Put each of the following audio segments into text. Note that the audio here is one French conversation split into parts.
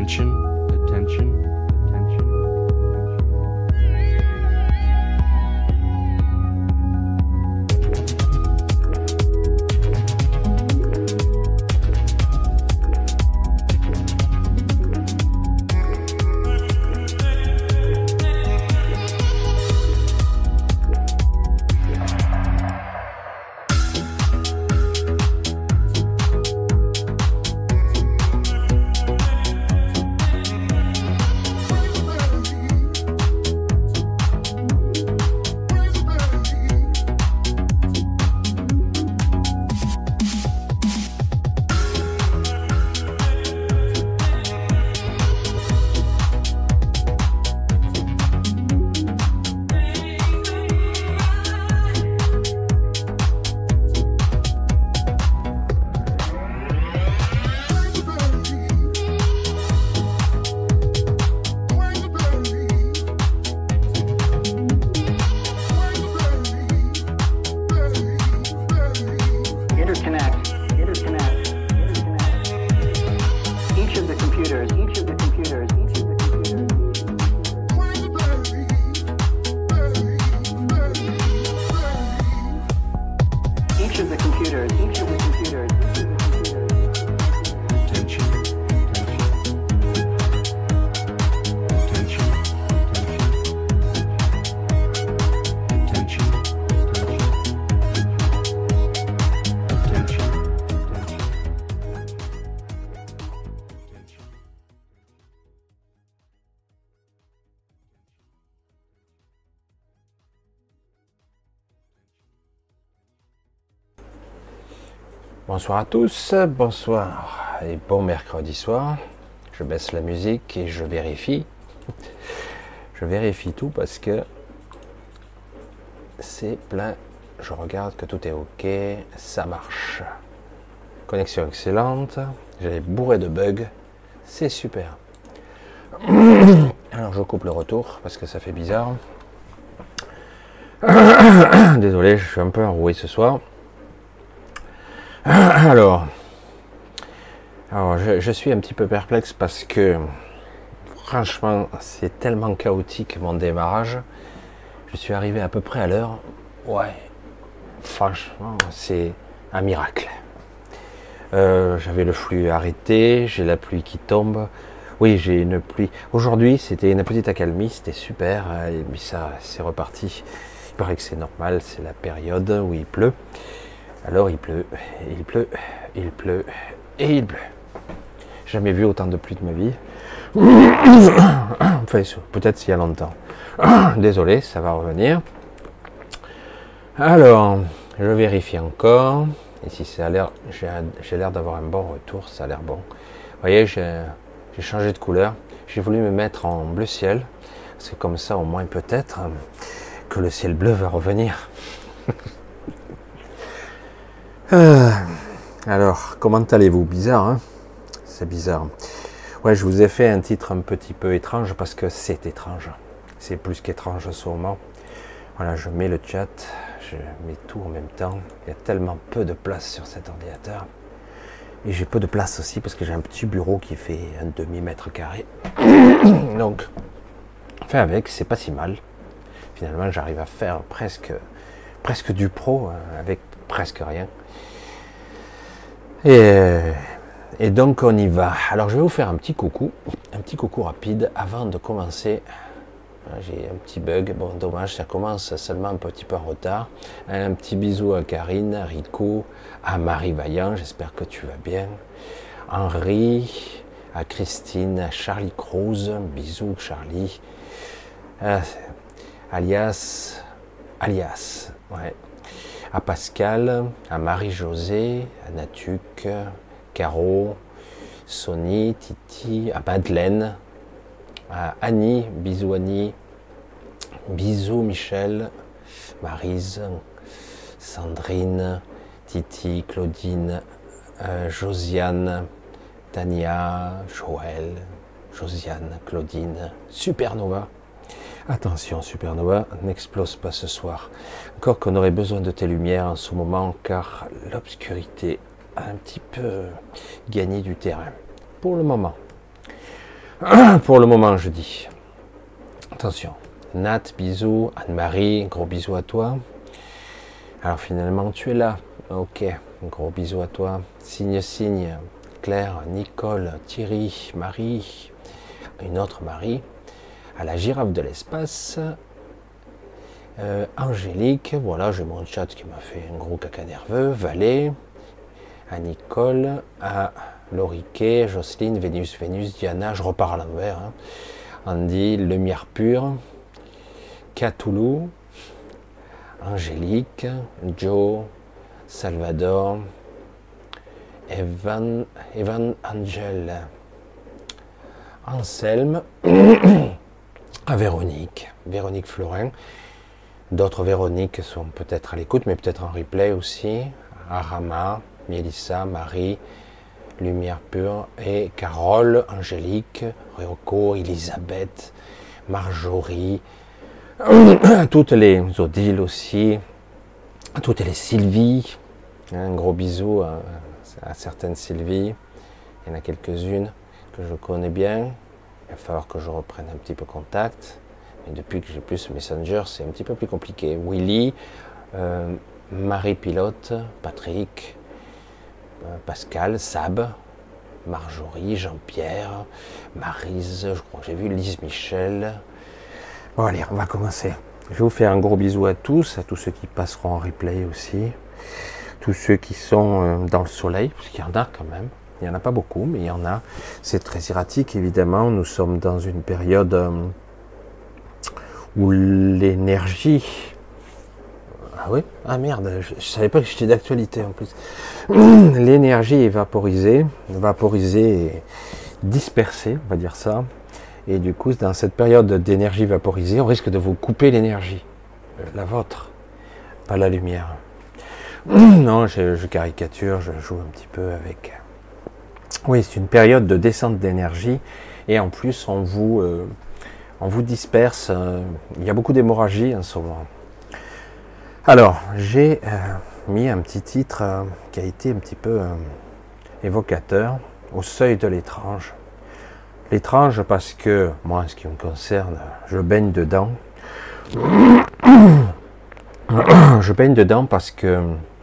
Attention, attention, attention. Bonsoir à tous, bonsoir et bon mercredi soir. Je baisse la musique et je vérifie. Je vérifie tout parce que c'est plein. Je regarde que tout est ok, ça marche. Connexion excellente, j'avais bourré de bugs, c'est super. Alors je coupe le retour parce que ça fait bizarre. Désolé, je suis un peu enroué ce soir. Alors je suis un petit peu perplexe parce que franchement c'est tellement chaotique mon démarrage. Je suis arrivé à peu près à l'heure. Ouais, franchement c'est un miracle. J'avais le flux arrêté, j'ai la pluie qui tombe. Oui, j'ai une pluie. Aujourd'hui c'était une petite accalmie, c'était super. Et puis ça c'est reparti. Il paraît que c'est normal, c'est la période où il pleut. Alors il pleut, il pleut, il pleut, et il pleut. Jamais vu autant de pluie de ma vie. Enfin, peut-être il y a longtemps. Désolé, ça va revenir. Alors, je vérifie encore. Et si ça a l'air, j'ai l'air d'avoir un bon retour, ça a l'air bon. Vous voyez, j'ai changé de couleur. J'ai voulu me mettre en bleu ciel. C'est comme ça, au moins peut-être, que le ciel bleu va revenir. Alors, comment allez-vous? Bizarre, hein? C'est bizarre. Ouais, je vous ai fait un titre un petit peu étrange parce que c'est étrange. C'est plus qu'étrange en ce moment. Voilà, je mets le chat, je mets tout en même temps. Il y a tellement peu de place sur cet ordinateur. Et j'ai peu de place aussi parce que j'ai un petit bureau qui fait un demi-mètre carré. Donc, fait avec, c'est pas si mal. Finalement, j'arrive à faire presque du pro avec presque rien. Et donc on y va. Alors je vais vous faire un petit coucou rapide avant de commencer. J'ai un petit bug, bon dommage, ça commence seulement un petit peu en retard. Un petit bisou à Karine, à Rico, à Marie Vaillant, j'espère que tu vas bien. Henri, à Christine, à Charlie Cruz, bisous Charlie. Alias, ouais. À Pascal, à Marie-Josée, à Natuc, Caro, Sony, Titi, à Madeleine, à Annie, bisous Annie, bisous Michel, Maryse, Sandrine, Titi, Claudine, Josiane, Tania, Joël, Josiane, Claudine, Supernova. Attention Supernova, n'explose pas ce soir. Encore qu'on aurait besoin de tes lumières en ce moment car l'obscurité a un petit peu gagné du terrain. Pour le moment. Pour le moment, je dis. Attention. Nat, bisous. Anne-Marie, gros bisous à toi. Alors finalement, tu es là. Ok, gros bisous à toi. Signe. Claire, Nicole, Thierry, Marie, une autre Marie, à la girafe de l'espace, Angélique, voilà, j'ai mon chat qui m'a fait un gros caca nerveux, Valé, à Nicole, à Loriquet, Jocelyne, Vénus, Diana, je repars à l'envers, hein. Andy, Lumière Pure, Cthulhu, Angélique, Joe, Salvador, Evan Angel, Anselme, à Véronique Florin, d'autres Véroniques sont peut-être à l'écoute, mais peut-être en replay aussi, à Rama, Mélissa, Marie, Lumière Pure, et Carole, Angélique, Ryoko, Elisabeth, Marjorie, toutes les Odile aussi, toutes les Sylvie, un gros bisou à certaines Sylvie, il y en a quelques-unes que je connais bien, il va falloir que je reprenne un petit peu contact, mais depuis que j'ai plus Messenger, c'est un petit peu plus compliqué. Willy, Marie Pilote, Patrick, Pascal, Sab, Marjorie, Jean-Pierre, Maryse, je crois que j'ai vu Lise Michel. Bon allez, on va commencer. Je vais vous faire un gros bisou à tous ceux qui passeront en replay aussi. Tous ceux qui sont dans le soleil, parce qu'il y en a quand même, il n'y en a pas beaucoup, mais il y en a. C'est très erratique, évidemment. Nous sommes dans une période où l'énergie... Ah oui? Ah merde, je ne savais pas que j'étais d'actualité en plus. L'énergie est vaporisée et dispersée, on va dire ça. Et du coup, dans cette période d'énergie vaporisée, on risque de vous couper l'énergie. La vôtre, pas la lumière. Non, je caricature, je joue un petit peu avec... Oui, c'est une période de descente d'énergie et en plus on vous disperse, il y a beaucoup d'hémorragie en ce moment. Alors, j'ai mis un petit titre qui a été un petit peu évocateur, Au seuil de l'étrange. L'étrange parce que, moi, en ce qui me concerne, je baigne dedans. Je baigne dedans parce que...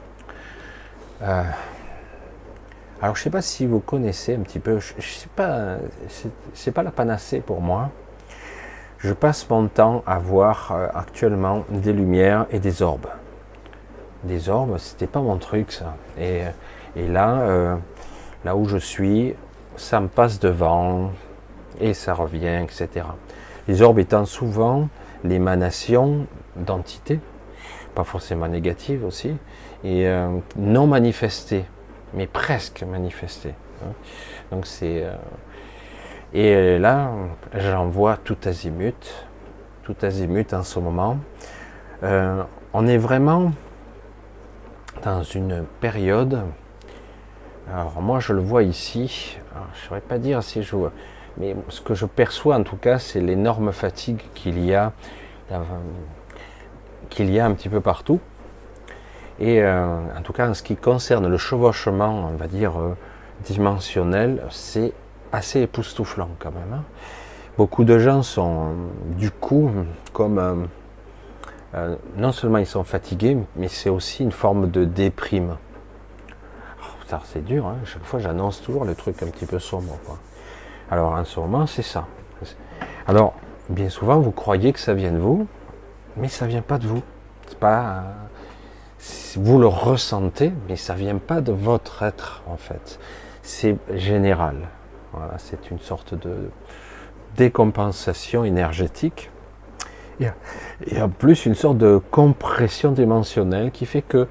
alors je ne sais pas si vous connaissez un petit peu, je sais pas, c'est pas la panacée pour moi. Je passe mon temps à voir actuellement des lumières et des orbes. Des orbes, c'était pas mon truc ça. Et là, là où je suis, ça me passe devant et ça revient, etc. Les orbes étant souvent l'émanation d'entités, pas forcément négatives aussi, et non manifestées, mais presque manifestées. Donc c'est... et là, j'en vois tout azimut en ce moment. On est vraiment dans une période... Alors moi je le vois ici, alors, je ne saurais pas dire si je vois, mais ce que je perçois en tout cas, c'est l'énorme fatigue qu'il y a un petit peu partout. Et en tout cas, en ce qui concerne le chevauchement, on va dire, dimensionnel, c'est assez époustouflant quand même. Hein. Beaucoup de gens sont, du coup, comme... non seulement ils sont fatigués, mais c'est aussi une forme de déprime. Oh, c'est dur, hein. Chaque fois j'annonce toujours le truc un petit peu sombre, quoi. Alors en ce moment, c'est ça. Alors, bien souvent, vous croyez que ça vient de vous, mais ça vient pas de vous. C'est pas... vous le ressentez, mais ça vient pas de votre être, en fait. C'est général. Voilà, c'est une sorte de décompensation énergétique. Et en plus, une sorte de compression dimensionnelle qui fait que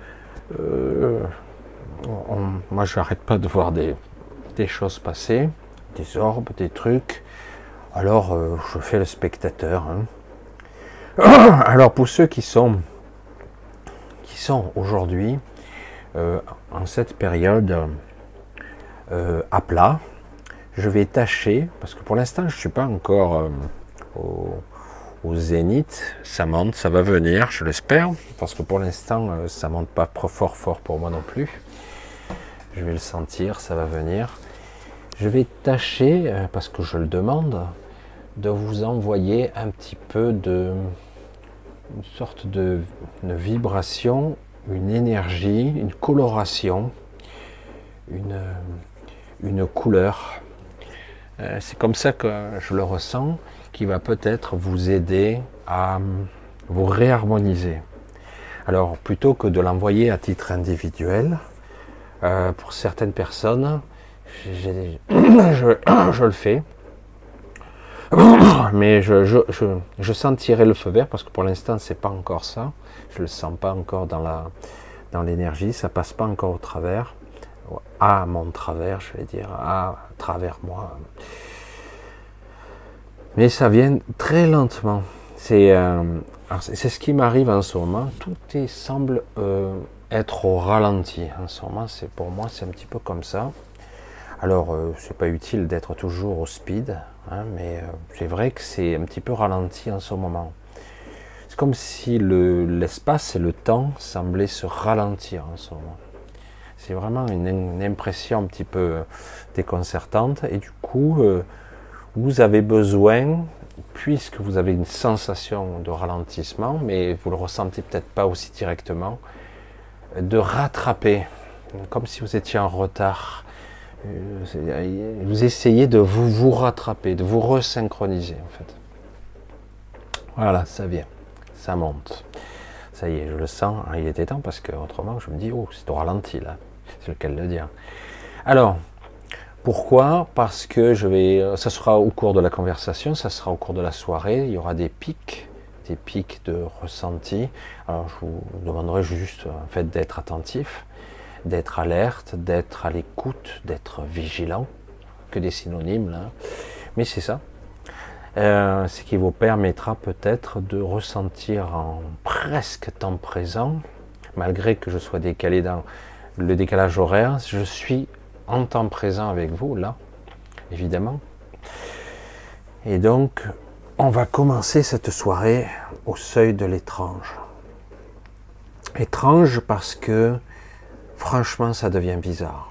moi, je n'arrête pas de voir des choses passer, des orbes, des trucs. Alors, je fais le spectateur. Hein. Alors, pour ceux qui sont aujourd'hui, en cette période à plat, je vais tâcher, parce que pour l'instant, je ne suis pas encore au zénith. Ça monte, ça va venir, je l'espère, parce que pour l'instant, ça monte pas fort pour moi non plus. Je vais le sentir, ça va venir. Je vais tâcher, parce que je le demande, de vous envoyer un petit peu une sorte une vibration, une énergie, une coloration, une couleur. C'est comme ça que je le ressens, qui va peut-être vous aider à vous réharmoniser. Alors, plutôt que de l'envoyer à titre individuel, pour certaines personnes, je le fais, mais je sentirai le feu vert, parce que pour l'instant, c'est pas encore ça. Je le sens pas encore dans l'énergie, ça passe pas encore au travers, à mon travers, je vais dire, à travers moi. Mais ça vient très lentement. C'est ce qui m'arrive en ce moment. Tout semble être au ralenti en ce moment. Pour moi, c'est un petit peu comme ça. Alors, c'est pas utile d'être toujours au speed, hein, mais c'est vrai que c'est un petit peu ralenti en ce moment. C'est comme si l'espace et le temps semblaient se ralentir en ce moment. C'est vraiment une impression un petit peu déconcertante, et du coup, vous avez besoin, puisque vous avez une sensation de ralentissement, mais vous le ressentez peut-être pas aussi directement, de rattraper, comme si vous étiez en retard. Vous essayez de vous rattraper, de vous resynchroniser en fait. Voilà, ça vient, ça monte. Ça y est, je le sens, il était temps, parce que autrement je me dis, oh, c'est au ralenti là, c'est le cas de le dire. Alors, pourquoi? Parce que ça sera au cours de la conversation, ça sera au cours de la soirée, il y aura des pics de ressenti. Alors je vous demanderai juste en fait d'être attentif, d'être alerte, d'être à l'écoute, d'être vigilant, que des synonymes là, mais c'est ça. Ce qui vous permettra peut-être de ressentir en presque temps présent, malgré que je sois décalé dans le décalage horaire, je suis en temps présent avec vous là, évidemment. Et donc, on va commencer cette soirée au seuil de l'étrange. Étrange parce que, franchement, ça devient bizarre.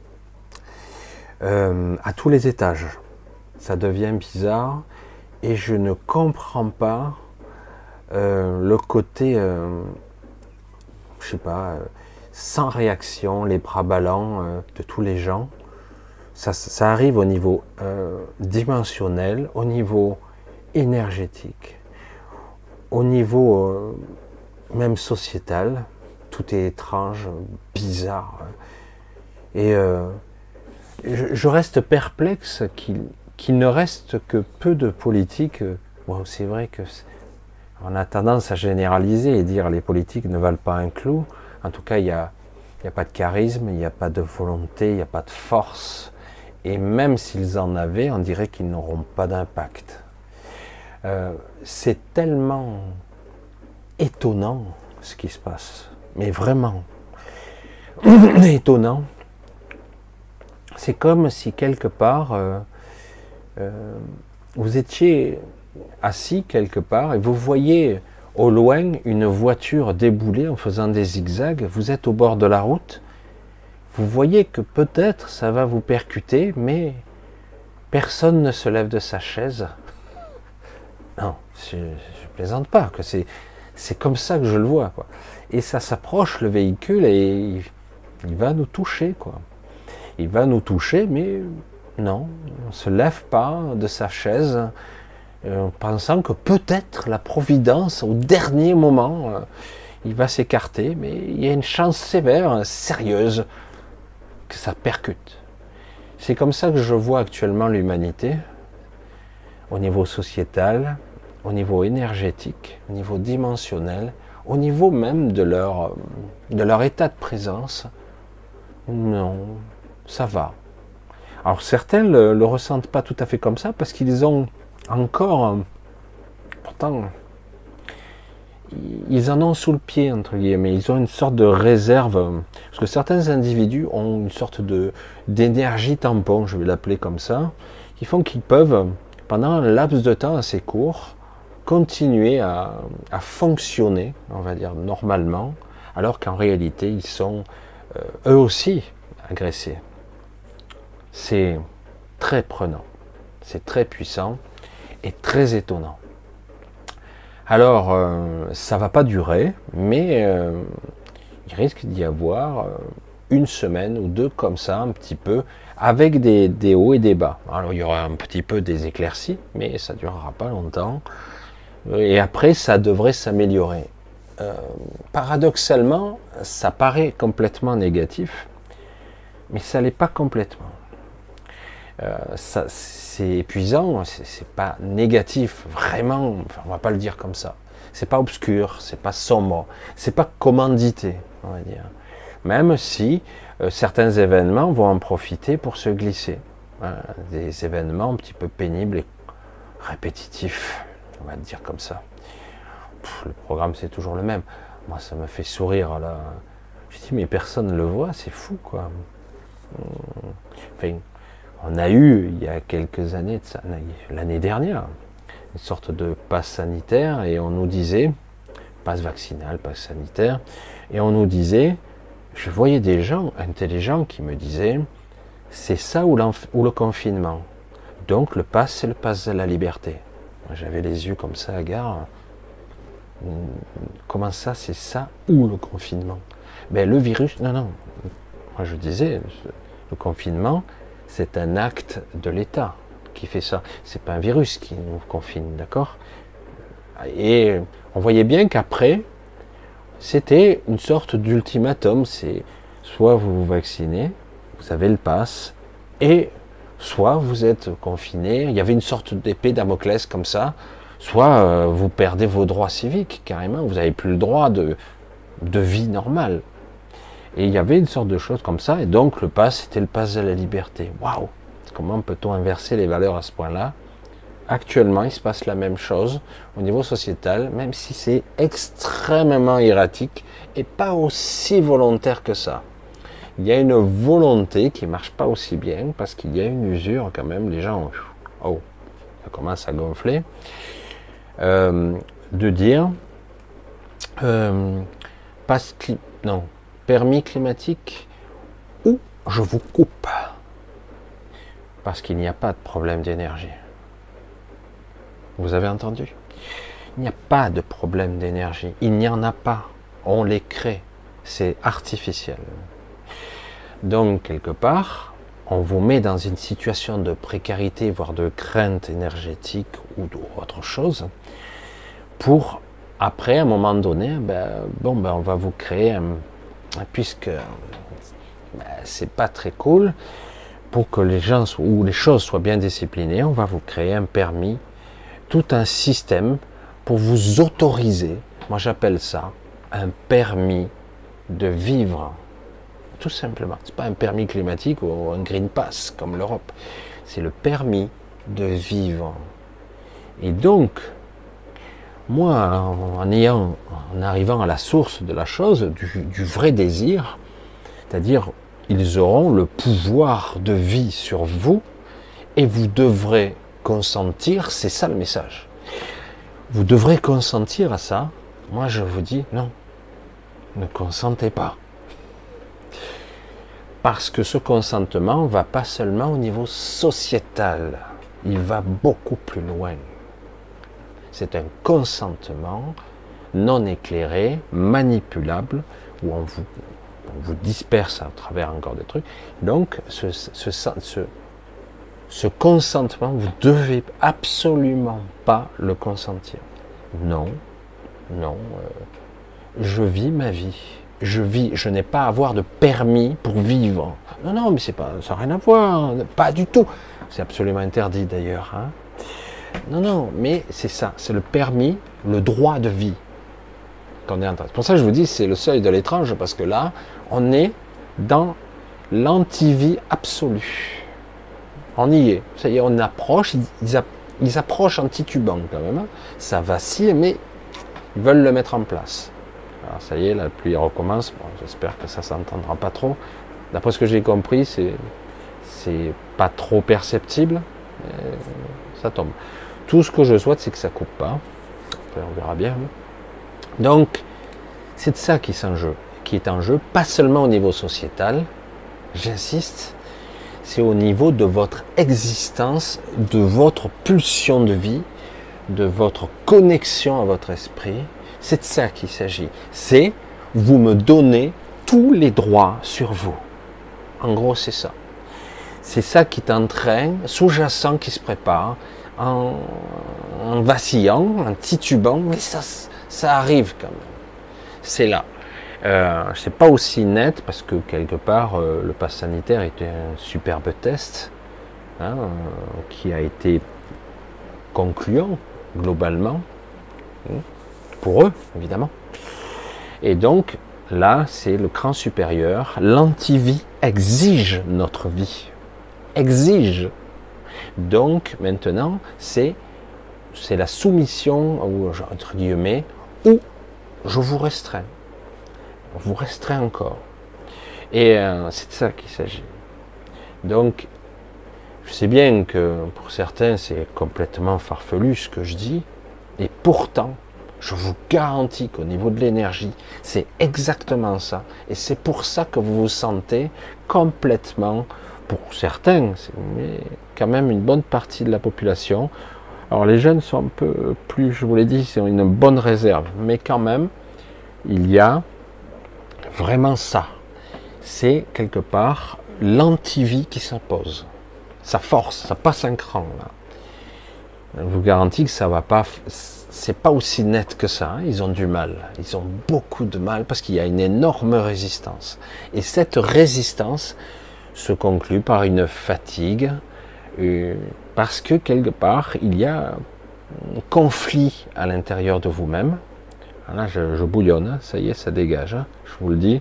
À tous les étages, ça devient bizarre, et je ne comprends pas le côté, je sais pas, sans réaction, les bras ballants de tous les gens. Ça arrive au niveau dimensionnel, au niveau énergétique, au niveau même sociétal. Tout est étrange, bizarre. Et je reste perplexe qu'il ne reste que peu de politiques. Bon, c'est vrai que on a tendance à généraliser et dire les politiques ne valent pas un clou. En tout cas, il n'y a pas de charisme, il n'y a pas de volonté, il n'y a pas de force. Et même s'ils en avaient, on dirait qu'ils n'auront pas d'impact. C'est tellement étonnant ce qui se passe. Mais vraiment étonnant. C'est comme si quelque part, vous étiez assis quelque part et vous voyez au loin une voiture débouler en faisant des zigzags. Vous êtes au bord de la route. Vous voyez que peut-être ça va vous percuter, mais personne ne se lève de sa chaise. Non, je plaisante pas, que c'est comme ça que je le vois, quoi. Et ça s'approche, le véhicule, et il va nous toucher, quoi. Il va nous toucher, mais non, on ne se lève pas de sa chaise, pensant que peut-être la providence, au dernier moment, il va s'écarter, mais il y a une chance sévère, sérieuse, que ça percute. C'est comme ça que je vois actuellement l'humanité, au niveau sociétal, au niveau énergétique, au niveau dimensionnel, au niveau même de leur état de présence. Non, ça va. Alors certains le ressentent pas tout à fait comme ça, parce qu'ils ont encore, pourtant, ils en ont sous le pied, entre guillemets, ils ont une sorte de réserve, parce que certains individus ont une sorte d'énergie tampon, je vais l'appeler comme ça, qui font qu'ils peuvent, pendant un laps de temps assez court, continuer à fonctionner, on va dire, normalement, alors qu'en réalité, ils sont eux aussi agressés. C'est très prenant, c'est très puissant et très étonnant. Alors, ça va pas durer, mais il risque d'y avoir une semaine ou deux comme ça, un petit peu, avec des hauts et des bas. Alors, il y aura un petit peu des éclaircies, mais ça durera pas longtemps. Et après, ça devrait s'améliorer. Paradoxalement, ça paraît complètement négatif, mais ça l'est pas complètement. C'est épuisant, c'est pas négatif, vraiment, enfin, on va pas le dire comme ça. C'est pas obscur, c'est pas sombre, c'est pas commandité, on va dire. Même si certains événements vont en profiter pour se glisser. Voilà, des événements un petit peu pénibles et répétitifs, on va le dire comme ça. Le programme c'est toujours le même. Moi ça me fait sourire là. Je dis mais personne ne le voit, c'est fou quoi. Enfin, on a eu il y a quelques années, l'année dernière, une sorte de passe sanitaire et on nous disait, passe vaccinal, passe sanitaire, et on nous disait, je voyais des gens intelligents qui me disaient, c'est ça ou le confinement. Donc le pass, c'est le pass de la liberté. J'avais les yeux comme ça à gare. Comment ça, c'est ça ou le confinement? Ben le virus, non. Moi je disais, le confinement, c'est un acte de l'État qui fait ça. C'est pas un virus qui nous confine, d'accord? Et on voyait bien qu'après, c'était une sorte d'ultimatum. C'est soit vous vous vaccinez, vous avez le pass, et soit vous êtes confiné. Il y avait une sorte d'épée Damoclès comme ça. Soit vous perdez vos droits civiques carrément. Vous n'avez plus le droit de vie normale. Et il y avait une sorte de chose comme ça, et donc le pass, c'était le pass de la liberté. Waouh! Comment peut-on inverser les valeurs à ce point-là? Actuellement, il se passe la même chose au niveau sociétal, même si c'est extrêmement erratique et pas aussi volontaire que ça. Il y a une volonté qui marche pas aussi bien, parce qu'il y a une usure quand même, les gens, oh, ça commence à gonfler, de dire, permis climatique ou je vous coupe parce qu'il n'y a pas de problème d'énergie. Vous avez entendu? Il n'y a pas de problème d'énergie. Il n'y en a pas. On les crée. C'est artificiel. Donc, quelque part, on vous met dans une situation de précarité, voire de crainte énergétique ou d'autre chose, pour, après, à un moment donné, on va vous créer puisque c'est pas très cool, pour que les gens ou les choses soient bien disciplinées, on va vous créer un permis, tout un système pour vous autoriser, moi j'appelle ça un permis de vivre, tout simplement. C'est pas un permis climatique ou un green pass comme l'Europe, c'est le permis de vivre. Et donc, moi, en arrivant à la source de la chose, du vrai désir, c'est-à-dire, ils auront le pouvoir de vie sur vous, et vous devrez consentir, c'est ça le message. Vous devrez consentir à ça. Moi, je vous dis, non, ne consentez pas. Parce que ce consentement va pas seulement au niveau sociétal, il va beaucoup plus loin. C'est un consentement non éclairé, manipulable, où on vous disperse à travers encore des trucs. Donc, ce consentement, vous ne devez absolument pas le consentir. Non, je vis ma vie. Je n'ai pas à avoir de permis pour vivre. Non, mais ça n'a rien à voir, pas du tout. C'est absolument interdit d'ailleurs, hein. Non, mais c'est ça, c'est le permis, le droit de vie qu'on est en train. C'est pour ça que je vous dis, c'est le seuil de l'étrange, parce que là, on est dans l'anti-vie absolue. On y est. Ça y est, on approche, ils approchent en titubant quand même. Hein. Ça vacille, mais ils veulent le mettre en place. Alors ça y est, la pluie recommence. Bon, j'espère que ça ne s'entendra pas trop. D'après ce que j'ai compris, c'est pas trop perceptible. Mais ça tombe. Tout ce que je souhaite, c'est que ça coupe pas. Après, on verra bien. Donc, c'est de ça qui est en jeu, pas seulement au niveau sociétal, j'insiste, c'est au niveau de votre existence, de votre pulsion de vie, de votre connexion à votre esprit. C'est de ça qu'il s'agit. C'est vous me donnez tous les droits sur vous. En gros, c'est ça. C'est ça qui est en train, sous-jacent, qui se prépare, en vacillant, en titubant, mais ça arrive quand même. C'est là. C'est pas aussi net parce que quelque part le pass sanitaire était un superbe test qui a été concluant globalement pour eux évidemment. Et donc là c'est le cran supérieur. L'antivie exige notre vie, exige. Donc maintenant c'est la soumission ou entre guillemets ou je vous restreins. Vous resterez encore. Et c'est de ça qu'il s'agit. Donc, je sais bien que pour certains, c'est complètement farfelu ce que je dis. Et pourtant, je vous garantis qu'au niveau de l'énergie, c'est exactement ça. Et c'est pour ça que vous vous sentez complètement, pour certains, mais quand même une bonne partie de la population. Alors les jeunes sont un peu plus, je vous l'ai dit, c'est une bonne réserve. Mais quand même, il y a vraiment ça, c'est quelque part l'antivie qui s'impose. Ça force, ça passe un cran là. Je vous garantis que ça va pas, c'est pas aussi net que ça. Ils ont du mal, ils ont beaucoup de mal parce qu'il y a une énorme résistance. Et cette résistance se conclut par une fatigue, parce que quelque part il y a un conflit à l'intérieur de vous-même. Là, je bouillonne, ça y est, ça dégage, je vous le dis.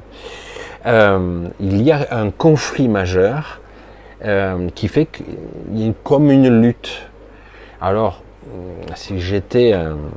Il y a un conflit majeur qui fait qu'il y a comme une lutte. Alors, si j'étais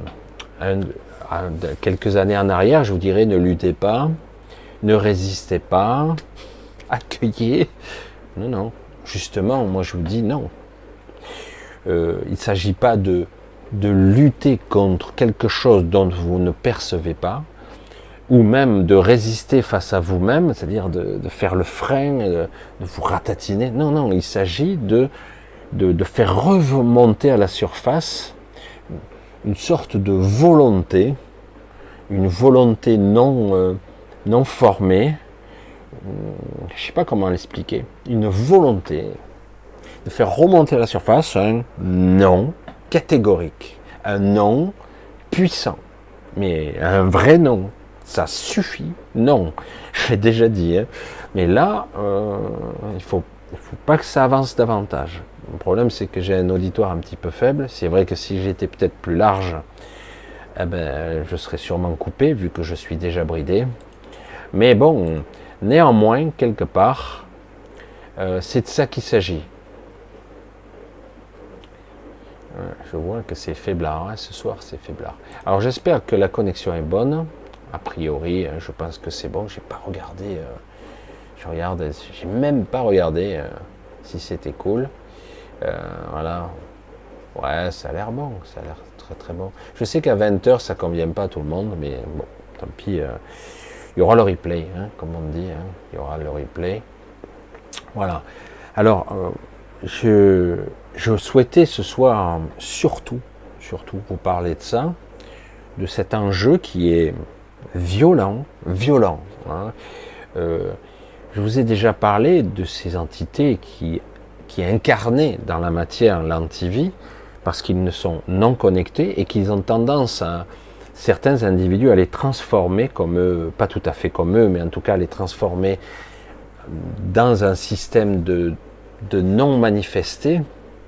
quelques années en arrière, je vous dirais ne luttez pas, ne résistez pas, accueillez. Non, non. Justement, moi je vous dis non. Il ne s'agit pas de lutter contre quelque chose dont vous ne percevez pas, ou même de résister face à vous-même, c'est-à-dire de faire le frein, de vous ratatiner. Non, non, il s'agit de faire remonter à la surface une sorte de volonté, une volonté non formée, je ne sais pas comment l'expliquer, une volonté de faire remonter à la surface un non catégorique, un non puissant, mais un vrai non, ça suffit, non, je l'ai déjà dit, hein. Mais là, il faut pas que ça avance davantage. Le problème, c'est que j'ai un auditoire un petit peu faible. C'est vrai que si j'étais peut-être plus large, eh ben, je serais sûrement coupé, vu que je suis déjà bridé. Mais bon, néanmoins, quelque part, c'est de ça qu'il s'agit. Je vois que c'est faiblard, hein, ce soir c'est faiblard. Alors j'espère que la connexion est bonne. A priori, je pense que c'est bon. J'ai pas regardé. J'ai même pas regardé si c'était cool. Voilà. Ouais, ça a l'air bon, ça a l'air très très bon. Je sais qu'à 20h ça convient pas à tout le monde, mais bon, tant pis. Il y aura le replay, hein, comme on dit. Hein, il y aura le replay. Voilà. Alors, je souhaitais ce soir surtout vous parler de ça, de cet enjeu qui est violent. Hein. Je vous ai déjà parlé de ces entités qui incarnaient dans la matière l'antivie, parce qu'ils ne sont non connectés et qu'ils ont tendance certains individus à les transformer comme eux, pas tout à fait comme eux, mais en tout cas à les transformer dans un système de non manifesté.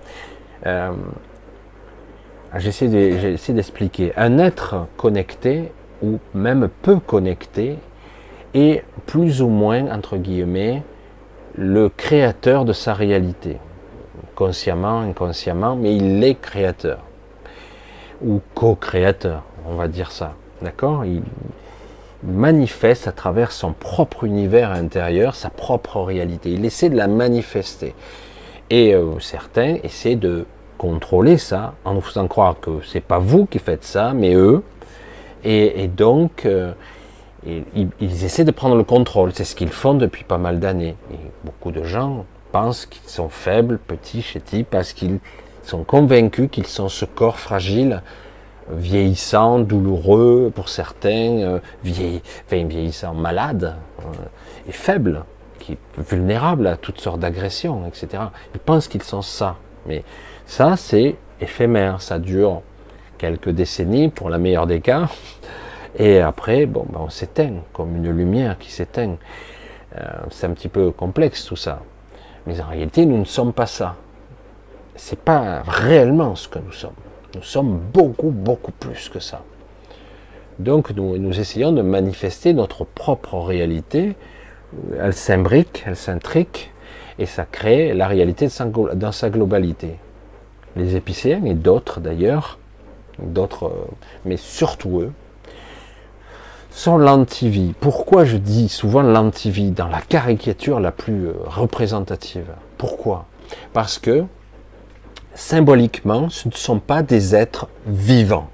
J'essaie d'expliquer. Un être connecté, ou même peu connecté, est plus ou moins, entre guillemets, le créateur de sa réalité. Consciemment, inconsciemment, mais il est créateur. Ou co-créateur, on va dire ça. D'accord ? Il manifeste à travers son propre univers intérieur, sa propre réalité. Il essaie de la manifester. Et certains essaient de contrôler ça en nous faisant croire que c'est pas vous qui faites ça, mais eux. Et donc, ils essaient de prendre le contrôle. C'est ce qu'ils font depuis pas mal d'années. Et beaucoup de gens pensent qu'ils sont faibles, petits, chétis, parce qu'ils sont convaincus qu'ils sont ce corps fragile, vieillissant, douloureux pour certains, vieillissant, malade et faible, qui est vulnérable à toutes sortes d'agressions, etc. Ils pensent qu'ils sont ça. Mais ça, c'est éphémère, ça dure quelques décennies pour la meilleure des cas, et après, bon, ben on s'éteint, comme une lumière qui s'éteint. C'est un petit peu complexe tout ça. Mais en réalité, nous ne sommes pas ça. C'est pas réellement ce que nous sommes. Nous sommes beaucoup, beaucoup plus que ça. Donc nous essayons de manifester notre propre réalité. Elle s'imbrique, elle s'intrique, et ça crée la réalité dans sa globalité. Les épicéens, et d'autres d'ailleurs, mais surtout eux, sont l'antivie. Pourquoi je dis souvent l'antivie dans la caricature la plus représentative? Pourquoi? Parce que symboliquement, ce ne sont pas des êtres vivants.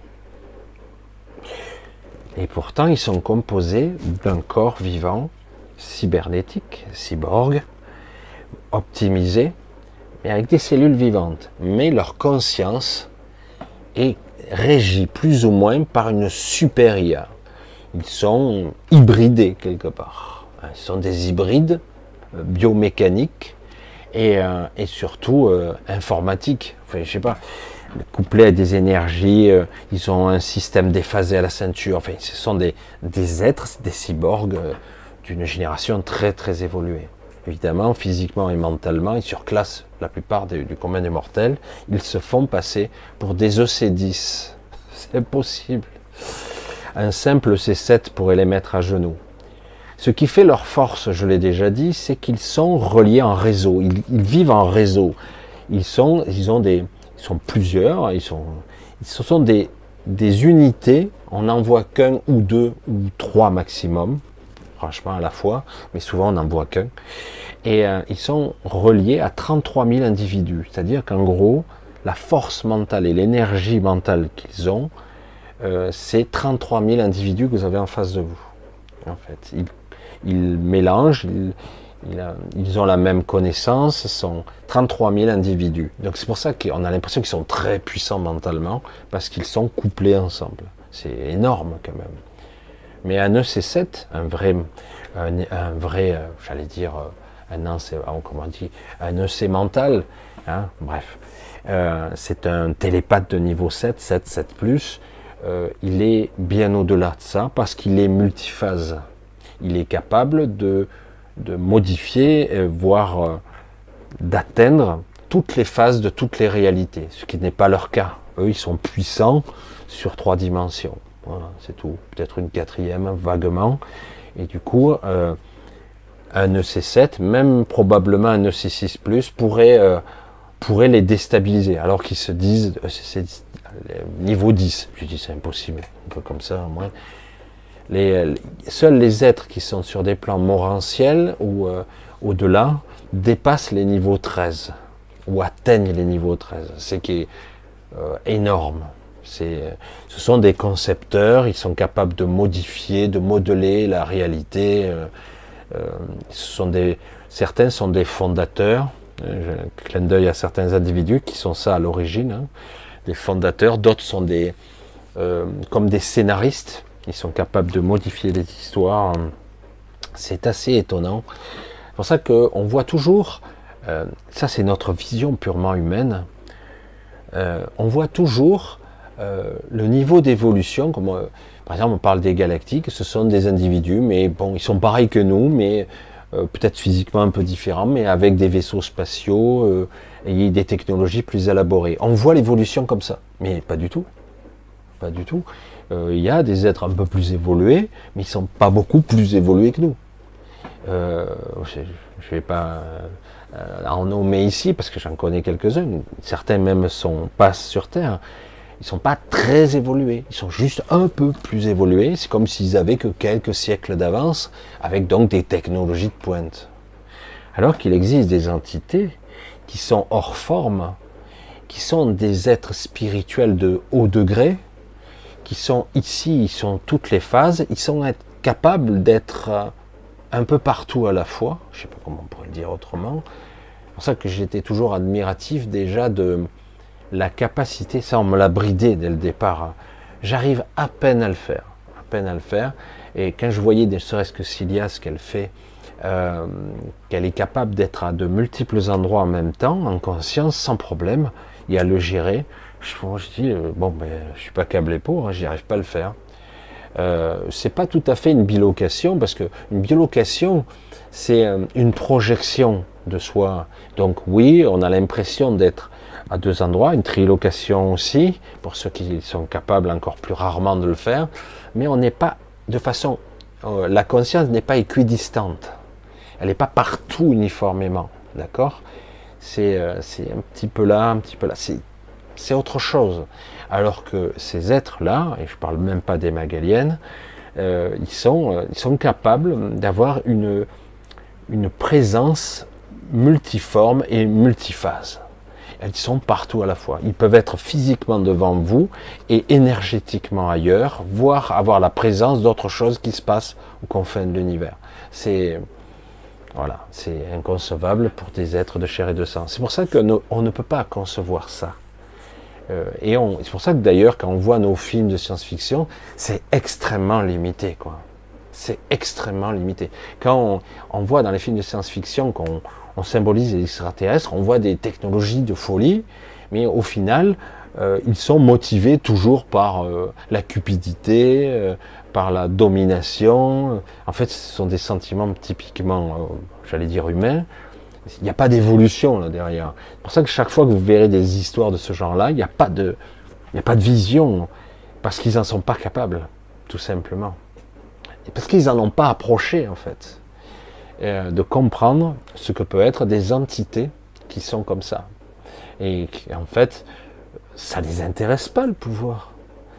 Et pourtant, ils sont composés d'un corps vivant, cybernétique, cyborg, optimisé, mais avec des cellules vivantes. Mais leur conscience est régie plus ou moins par une super IA. Ils sont hybridés quelque part. Ils sont des hybrides biomécaniques et surtout informatiques. Enfin, je sais pas, couplés à des énergies, ils ont un système déphasé à la ceinture. Enfin, ce sont des êtres, des cyborgs d'une génération très très évoluée. Évidemment, physiquement et mentalement, ils surclassent la plupart du commun des mortels. Ils se font passer pour des EC10. C'est impossible. Un simple C7 pourrait les mettre à genoux. Ce qui fait leur force, je l'ai déjà dit, c'est qu'ils sont reliés en réseau. Ils vivent en réseau. Ils sont plusieurs. Ce sont des unités. On n'en voit qu'un ou deux ou trois maximum, franchement à la fois, mais souvent on n'en voit qu'un. Et ils sont reliés à 33 000 individus. C'est-à-dire qu'en gros, la force mentale et l'énergie mentale qu'ils ont, c'est 33 000 individus que vous avez en face de vous. En fait, ils mélangent, ils ont la même connaissance, ce sont 33 000 individus. Donc c'est pour ça qu'on a l'impression qu'ils sont très puissants mentalement, parce qu'ils sont couplés ensemble. C'est énorme quand même. Mais un EC7, un vrai, j'allais dire, un EC mental, hein, bref, c'est un télépathe de niveau 7, 7+, il est bien au-delà de ça, parce qu'il est multiphase. Il est capable de modifier, voire d'atteindre toutes les phases de toutes les réalités, ce qui n'est pas leur cas. Eux, ils sont puissants sur 3 dimensions. Voilà, c'est tout. Peut-être une 4e, vaguement. Et du coup, un EC7, même probablement un EC6+, pourrait les déstabiliser, alors qu'ils se disent EC7 niveau 10. Je dis c'est impossible, un peu comme ça, au moins. Seuls les êtres qui sont sur des plans morantiels ou au-delà dépassent les niveaux 13 ou atteignent les niveaux 13. C'est qui est énorme. Ce sont des concepteurs, ils sont capables de modifier, de modeler la réalité. Certains sont des fondateurs. Clin d'œil à certains individus qui sont ça à l'origine, hein, des fondateurs. D'autres sont comme des scénaristes. Ils sont capables de modifier les histoires. C'est assez étonnant. C'est pour ça qu'on voit toujours, ça c'est notre vision purement humaine, on voit toujours le niveau d'évolution, comme par exemple on parle des galactiques, ce sont des individus, mais bon, ils sont pareils que nous, mais peut-être physiquement un peu différents, mais avec des vaisseaux spatiaux et des technologies plus élaborées. On voit l'évolution comme ça, mais pas du tout. Pas du tout. Il y a des êtres un peu plus évolués, mais ils ne sont pas beaucoup plus évolués que nous. Je ne vais pas en nommer ici, parce que j'en connais quelques-uns. Certains même passent sur Terre. Ils ne sont pas très évolués. Ils sont juste un peu plus évolués. C'est comme s'ils avaient que quelques siècles d'avance, avec donc des technologies de pointe. Alors qu'il existe des entités qui sont hors forme, qui sont des êtres spirituels de haut degré, qui sont ici, ils sont toutes les phases, ils sont capables d'être un peu partout à la fois, je ne sais pas comment on pourrait le dire autrement, pour ça que j'étais toujours admiratif déjà de la capacité, ça on me l'a bridé dès le départ, j'arrive à peine à le faire, à peine à le faire, et quand je voyais ne serait-ce que Cilia, ce qu'elle fait, qu'elle est capable d'être à de multiples endroits en même temps, en conscience, sans problème, et à le gérer, je dis, bon ben je suis pas câblé pour, j'y arrive pas à le faire. C'est pas tout à fait une bilocation, parce que une bilocation, c'est une projection de soi. Donc oui, on a l'impression d'être à deux endroits, une trilocation aussi, pour ceux qui sont capables encore plus rarement de le faire, mais on n'est pas de façon, la conscience n'est pas équidistante, elle n'est pas partout uniformément, d'accord? C'est un petit peu là, un petit peu là, c'est autre chose. Alors que ces êtres-là, et je ne parle même pas des Magaliennes, ils sont capables d'avoir une présence multiforme et multiphase. Ils sont partout à la fois. Ils peuvent être physiquement devant vous et énergétiquement ailleurs, voire avoir la présence d'autres choses qui se passent aux confins de l'univers. C'est inconcevable pour des êtres de chair et de sang. C'est pour ça qu'on ne peut pas concevoir ça. C'est pour ça que d'ailleurs, quand on voit nos films de science-fiction, c'est extrêmement limité, quoi. C'est extrêmement limité. Quand on voit dans les films de science-fiction qu'on symbolise les extraterrestres, on voit des technologies de folie, mais au final, ils sont motivés toujours par la cupidité, par la domination. En fait, ce sont des sentiments typiquement, j'allais dire, humains. Il n'y a pas d'évolution là derrière. C'est pour ça que chaque fois que vous verrez des histoires de ce genre-là, il n'y a pas de vision, parce qu'ils n'en sont pas capables, tout simplement. Et parce qu'ils n'en ont pas approché, en fait, de comprendre ce que peut être des entités qui sont comme ça. Et en fait, ça ne les intéresse pas, le pouvoir.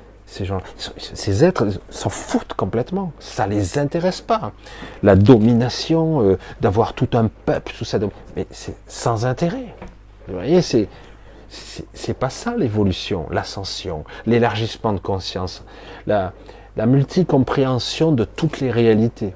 Ces êtres s'en foutent complètement. Ça les intéresse pas. La domination, d'avoir tout un peuple, tout ça, mais c'est sans intérêt. Vous voyez, c'est pas ça l'évolution, l'ascension, l'élargissement de conscience, la multicompréhension de toutes les réalités,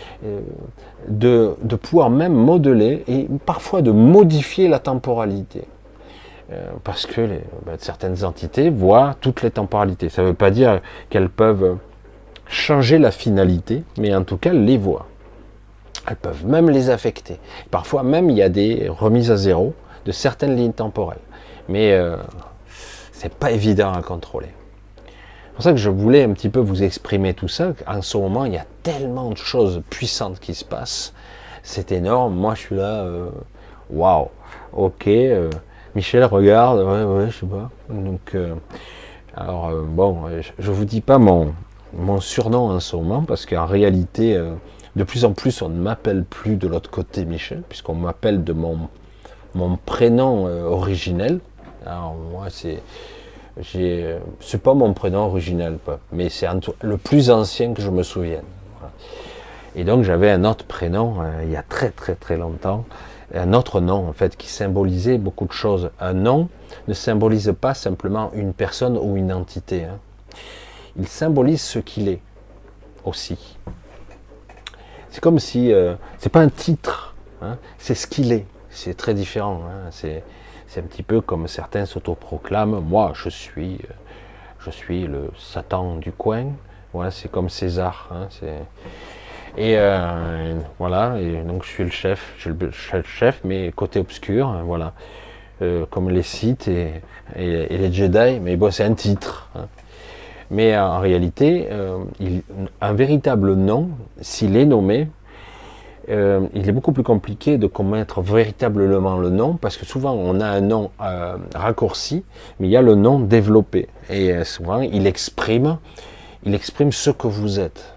de pouvoir même modeler et parfois de modifier la temporalité. Parce que certaines entités voient toutes les temporalités. Ça ne veut pas dire qu'elles peuvent changer la finalité, mais en tout cas, elles les voient. Elles peuvent même les affecter. Parfois même, il y a des remises à zéro de certaines lignes temporelles. Mais c'est pas évident à contrôler. C'est pour ça que je voulais un petit peu vous exprimer tout ça. En ce moment, il y a tellement de choses puissantes qui se passent. C'est énorme. Moi, je suis là, waouh, ok. Michel regarde, ouais, je sais pas. Donc, bon, je vous dis pas mon surnom en ce moment, parce qu'en réalité, de plus en plus, on ne m'appelle plus de l'autre côté Michel, puisqu'on m'appelle de mon prénom originel. Alors moi, c'est pas mon prénom original, mais c'est le plus ancien que je me souvienne. Voilà. Et donc, j'avais un autre prénom il y a très très très longtemps. Un autre nom en fait qui symbolisait beaucoup de choses. Un nom ne symbolise pas simplement une personne ou une entité. Hein. Il symbolise ce qu'il est aussi. C'est comme si c'est pas un titre, hein, c'est ce qu'il est. C'est très différent. Hein. C'est un petit peu comme certains s'autoproclament. Moi, je suis le Satan du coin. Voilà, c'est comme César. Hein, et voilà, et donc je suis le chef, mais côté obscur, hein, voilà, comme les Sith et les Jedi, mais bon, c'est un titre. Hein. Mais en réalité, un véritable nom, s'il est nommé, il est beaucoup plus compliqué de connaître véritablement le nom, parce que souvent on a un nom raccourci, mais il y a le nom développé, et souvent il exprime ce que vous êtes.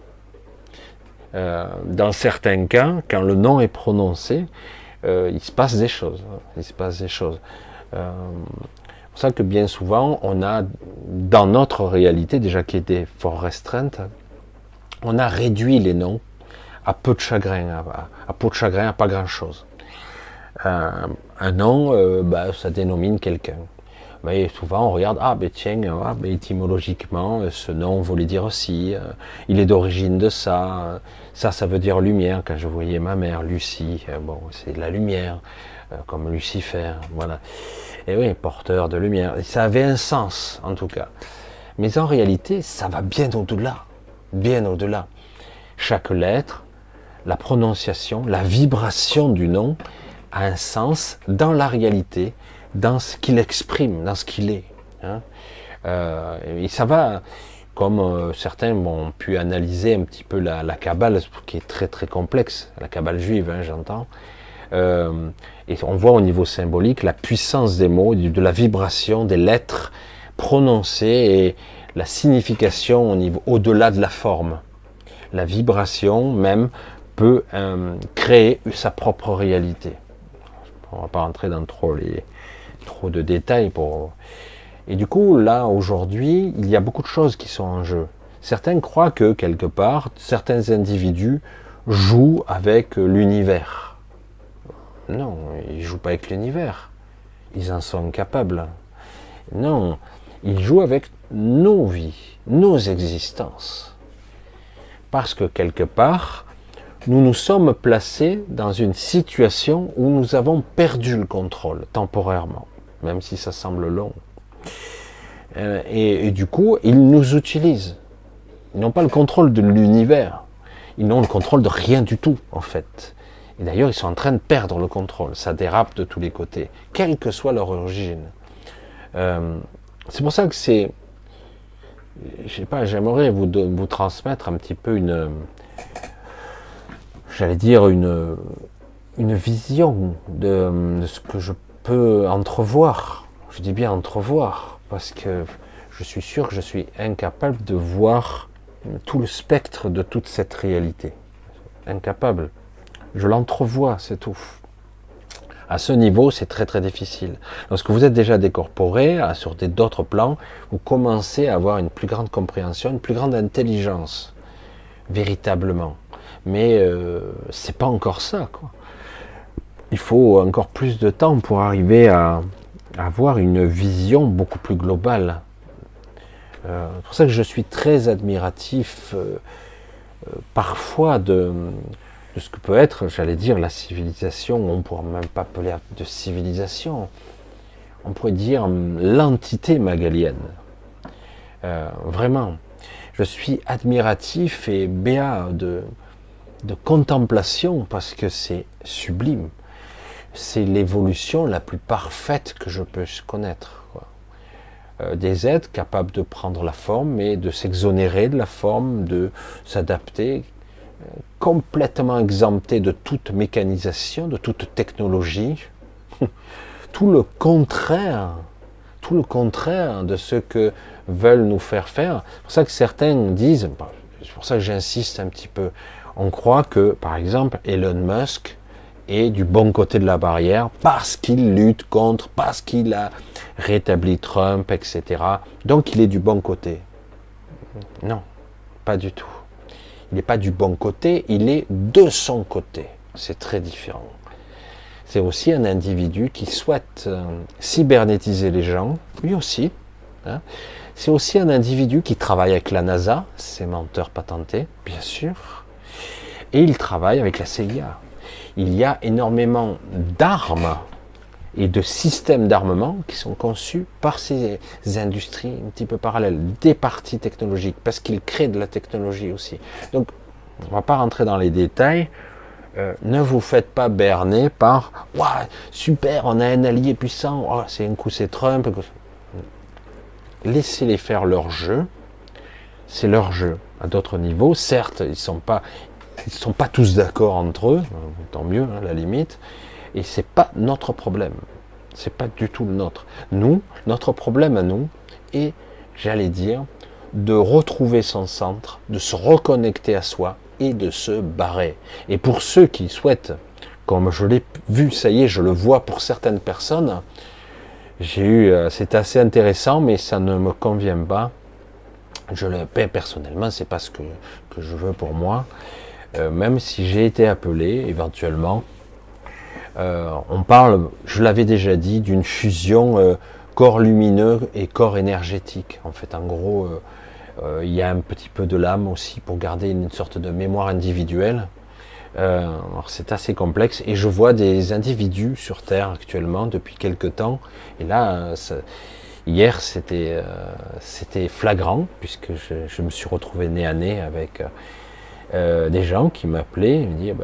Dans certains cas, quand le nom est prononcé, il se passe des choses. C'est pour ça que bien souvent, on a, dans notre réalité, déjà qui était fort restreinte, on a réduit les noms à peu de chagrin, à pas grand-chose. Un nom, ça dénomine quelqu'un. Mais souvent on regarde, ah ben tiens, ah, ben, étymologiquement, ce nom voulait dire aussi, il est d'origine de ça, ça veut dire lumière. Quand je voyais ma mère, Lucie, bon, c'est de la lumière, comme Lucifer, voilà. Et oui, porteur de lumière. Et ça avait un sens, en tout cas. Mais en réalité, ça va bien au-delà, bien au-delà. Chaque lettre, la prononciation, la vibration du nom a un sens dans la réalité, dans ce qu'il exprime, dans ce qu'il est. Hein. Et ça va, comme certains ont pu analyser un petit peu la Kabbale, qui est très très complexe, la Kabbale juive, hein, j'entends. Et on voit au niveau symbolique la puissance des mots, de la vibration des lettres prononcées et la signification au niveau au-delà de la forme. La vibration même peut créer sa propre réalité. On ne va pas rentrer dans trop de détails Et du coup, là, aujourd'hui, il y a beaucoup de choses qui sont en jeu. Certains croient que, quelque part, certains individus jouent avec l'univers. Non, ils ne jouent pas avec l'univers. Ils en sont incapables. Non, ils jouent avec nos vies, nos existences. Parce que, quelque part, nous nous sommes placés dans une situation où nous avons perdu le contrôle, temporairement, même si ça semble long. Et du coup, ils nous utilisent. Ils n'ont pas le contrôle de l'univers. Ils n'ont le contrôle de rien du tout, en fait. Et d'ailleurs, ils sont en train de perdre le contrôle. Ça dérape de tous les côtés, quelle que soit leur origine. C'est pour ça que c'est... Je sais pas, j'aimerais vous transmettre un petit peu j'allais dire une vision de ce que je peux entrevoir. Je dis bien entrevoir, parce que je suis sûr que je suis incapable de voir tout le spectre de toute cette réalité. Incapable. Je l'entrevois, c'est tout. À ce niveau, c'est très très difficile. Lorsque vous êtes déjà décorporé sur d'autres plans, vous commencez à avoir une plus grande compréhension, une plus grande intelligence, véritablement. Mais c'est pas encore ça, quoi. Il faut encore plus de temps pour arriver à avoir une vision beaucoup plus globale. C'est pour ça que je suis très admiratif parfois de ce que peut être, j'allais dire, la civilisation. On ne pourrait même pas appeler de civilisation. On pourrait dire l'entité magalienne. Vraiment. Je suis admiratif et béat de contemplation parce que c'est sublime. C'est l'évolution la plus parfaite que je peux connaître, quoi. Des êtres capables de prendre la forme, mais de s'exonérer de la forme, de s'adapter, complètement exemptés de toute mécanisation, de toute technologie. Tout le contraire de ce que veulent nous faire faire. C'est pour ça que certains disent, c'est pour ça que j'insiste un petit peu, on croit que, par exemple, Elon Musk est du bon côté de la barrière parce qu'il lutte contre, parce qu'il a rétabli Trump, etc. Donc il est du bon côté. Non, pas du tout. Il n'est pas du bon côté, il est de son côté. C'est très différent. C'est aussi un individu qui souhaite cybernétiser les gens, lui aussi. Hein. C'est aussi un individu qui travaille avec la NASA, c'est menteur patenté, bien sûr. Et il travaille avec la CIA. Il y a énormément d'armes et de systèmes d'armement qui sont conçus par ces industries un petit peu parallèles, des parties technologiques, parce qu'ils créent de la technologie aussi. Donc, on ne va pas rentrer dans les détails. Ne vous faites pas berner par « Waouh, super, on a un allié puissant, oh, c'est un coup c'est Trump ». Laissez-les faire leur jeu. C'est leur jeu. À d'autres niveaux, certes, ils sont pas tous d'accord entre eux, tant mieux, hein, à la limite, et c'est pas notre problème. C'est pas du tout le nôtre. Nous, notre problème à nous est, j'allais dire, de retrouver son centre, de se reconnecter à soi et de se barrer. Et pour ceux qui souhaitent, comme je l'ai vu, ça y est, je le vois pour certaines personnes, c'est assez intéressant, mais ça ne me convient pas. Je le paie personnellement, c'est pas ce que je veux pour moi. Même si j'ai été appelé, éventuellement, on parle, je l'avais déjà dit, d'une fusion corps lumineux et corps énergétique. En fait, en gros, il y a un petit peu de l'âme aussi pour garder une sorte de mémoire individuelle. Alors c'est assez complexe et je vois des individus sur Terre actuellement depuis quelque temps. Et là, hier c'était flagrant puisque je me suis retrouvé nez à nez avec des gens qui m'appelaient et me disaient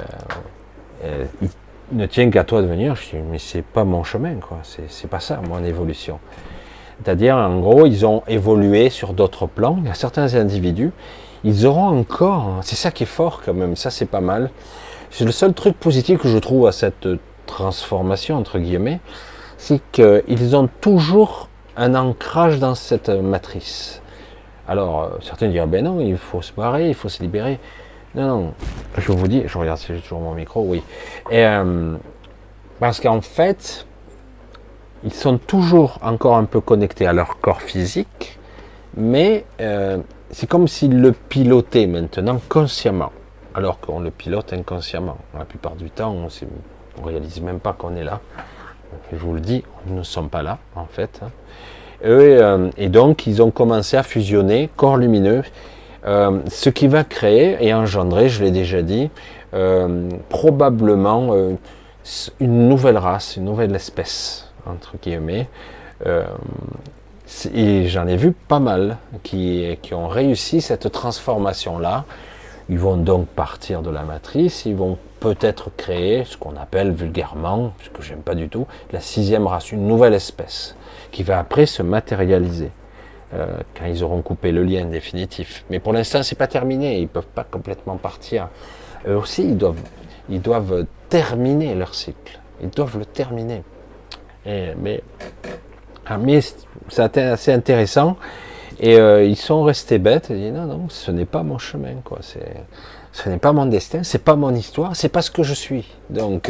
il ne tient qu'à toi de venir. Je dis mais c'est pas mon chemin quoi, c'est pas ça mon évolution. C'est-à-dire en gros ils ont évolué sur d'autres plans. Il y a certains individus, ils auront encore, c'est ça qui est fort quand même, ça c'est pas mal. C'est le seul truc positif que je trouve à cette transformation entre guillemets, c'est qu'ils ont toujours un ancrage dans cette matrice. Alors certains diront ben non, il faut se barrer, il faut se libérer. Non, non, je vous dis, je regarde si j'ai toujours mon micro, oui. Et, parce qu'en fait, ils sont toujours encore un peu connectés à leur corps physique, mais c'est comme s'ils le pilotaient maintenant consciemment, alors qu'on le pilote inconsciemment. La plupart du temps, on ne réalise même pas qu'on est là. Je vous le dis, nous ne sommes pas là, en fait. Et donc, ils ont commencé à fusionner corps lumineux, ce qui va créer et engendrer, je l'ai déjà dit, probablement une nouvelle race, une nouvelle espèce, entre guillemets. Et j'en ai vu pas mal qui ont réussi cette transformation-là. Ils vont donc partir de la matrice, ils vont peut-être créer ce qu'on appelle vulgairement, ce que j'aime pas du tout, la 6e race, une nouvelle espèce, qui va après se matérialiser. Quand ils auront coupé le lien définitif. Mais pour l'instant, c'est pas terminé. Ils peuvent pas complètement partir. Eux aussi, ils doivent terminer leur cycle. Ils doivent le terminer. Mais c'est assez intéressant. Et ils sont restés bêtes. Ils disent non, non, ce n'est pas mon chemin, quoi. Ce n'est pas mon destin. C'est pas mon histoire. C'est pas ce que je suis. Donc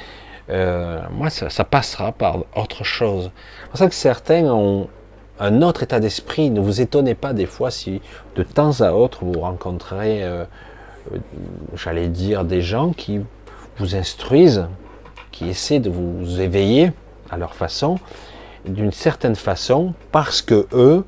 moi, ça passera par autre chose. C'est pour ça que certains ont un autre état d'esprit. Ne vous étonnez pas des fois si de temps à autre vous rencontrerez, j'allais dire, des gens qui vous instruisent, qui essaient de vous éveiller à leur façon, d'une certaine façon, parce que eux,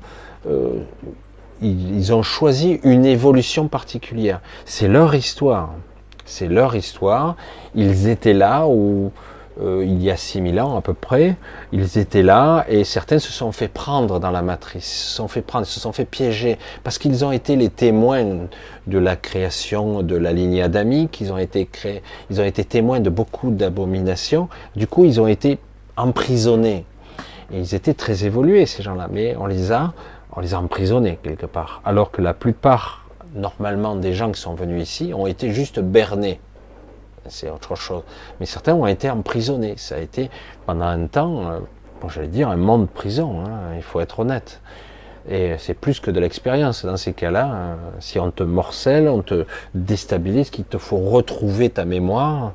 ils ont choisi une évolution particulière. C'est leur histoire. C'est leur histoire. Ils étaient là où il y a 6000 ans à peu près, ils étaient là et certains se sont fait prendre dans la matrice, se sont fait piéger parce qu'ils ont été les témoins de la création de la lignée adamique, ils ont été témoins de beaucoup d'abominations, du coup ils ont été emprisonnés. Et ils étaient très évolués ces gens-là, mais on les a emprisonnés quelque part, alors que la plupart, normalement, des gens qui sont venus ici ont été juste bernés. C'est autre chose. Mais certains ont été emprisonnés. Ça a été, pendant un temps, j'allais dire, un monde prison, hein, il faut être honnête. Et c'est plus que de l'expérience. Dans ces cas-là, si on te morcelle, on te déstabilise, qu'il te faut retrouver ta mémoire,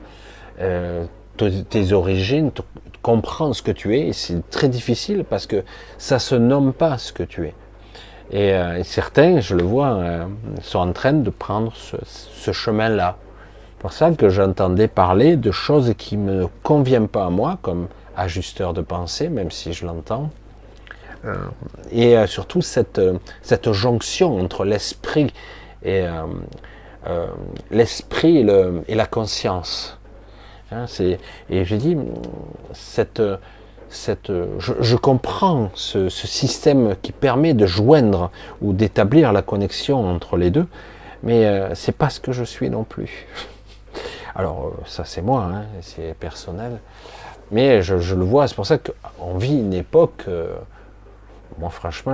tes origines, comprendre ce que tu es, et c'est très difficile parce que ça se nomme pas ce que tu es. Et certains, je le vois, sont en train de prendre ce chemin-là. C'est pour ça que j'entendais parler de choses qui ne me conviennent pas à moi, comme ajusteur de pensée, même si je l'entends. Et surtout cette jonction entre l'esprit et la conscience. Hein, et j'ai dit, je comprends ce système qui permet de joindre ou d'établir la connexion entre les deux, mais c'est pas ce que je suis non plus. Alors ça c'est moi, hein, c'est personnel, mais je le vois. C'est pour ça qu'on vit une époque. Moi franchement,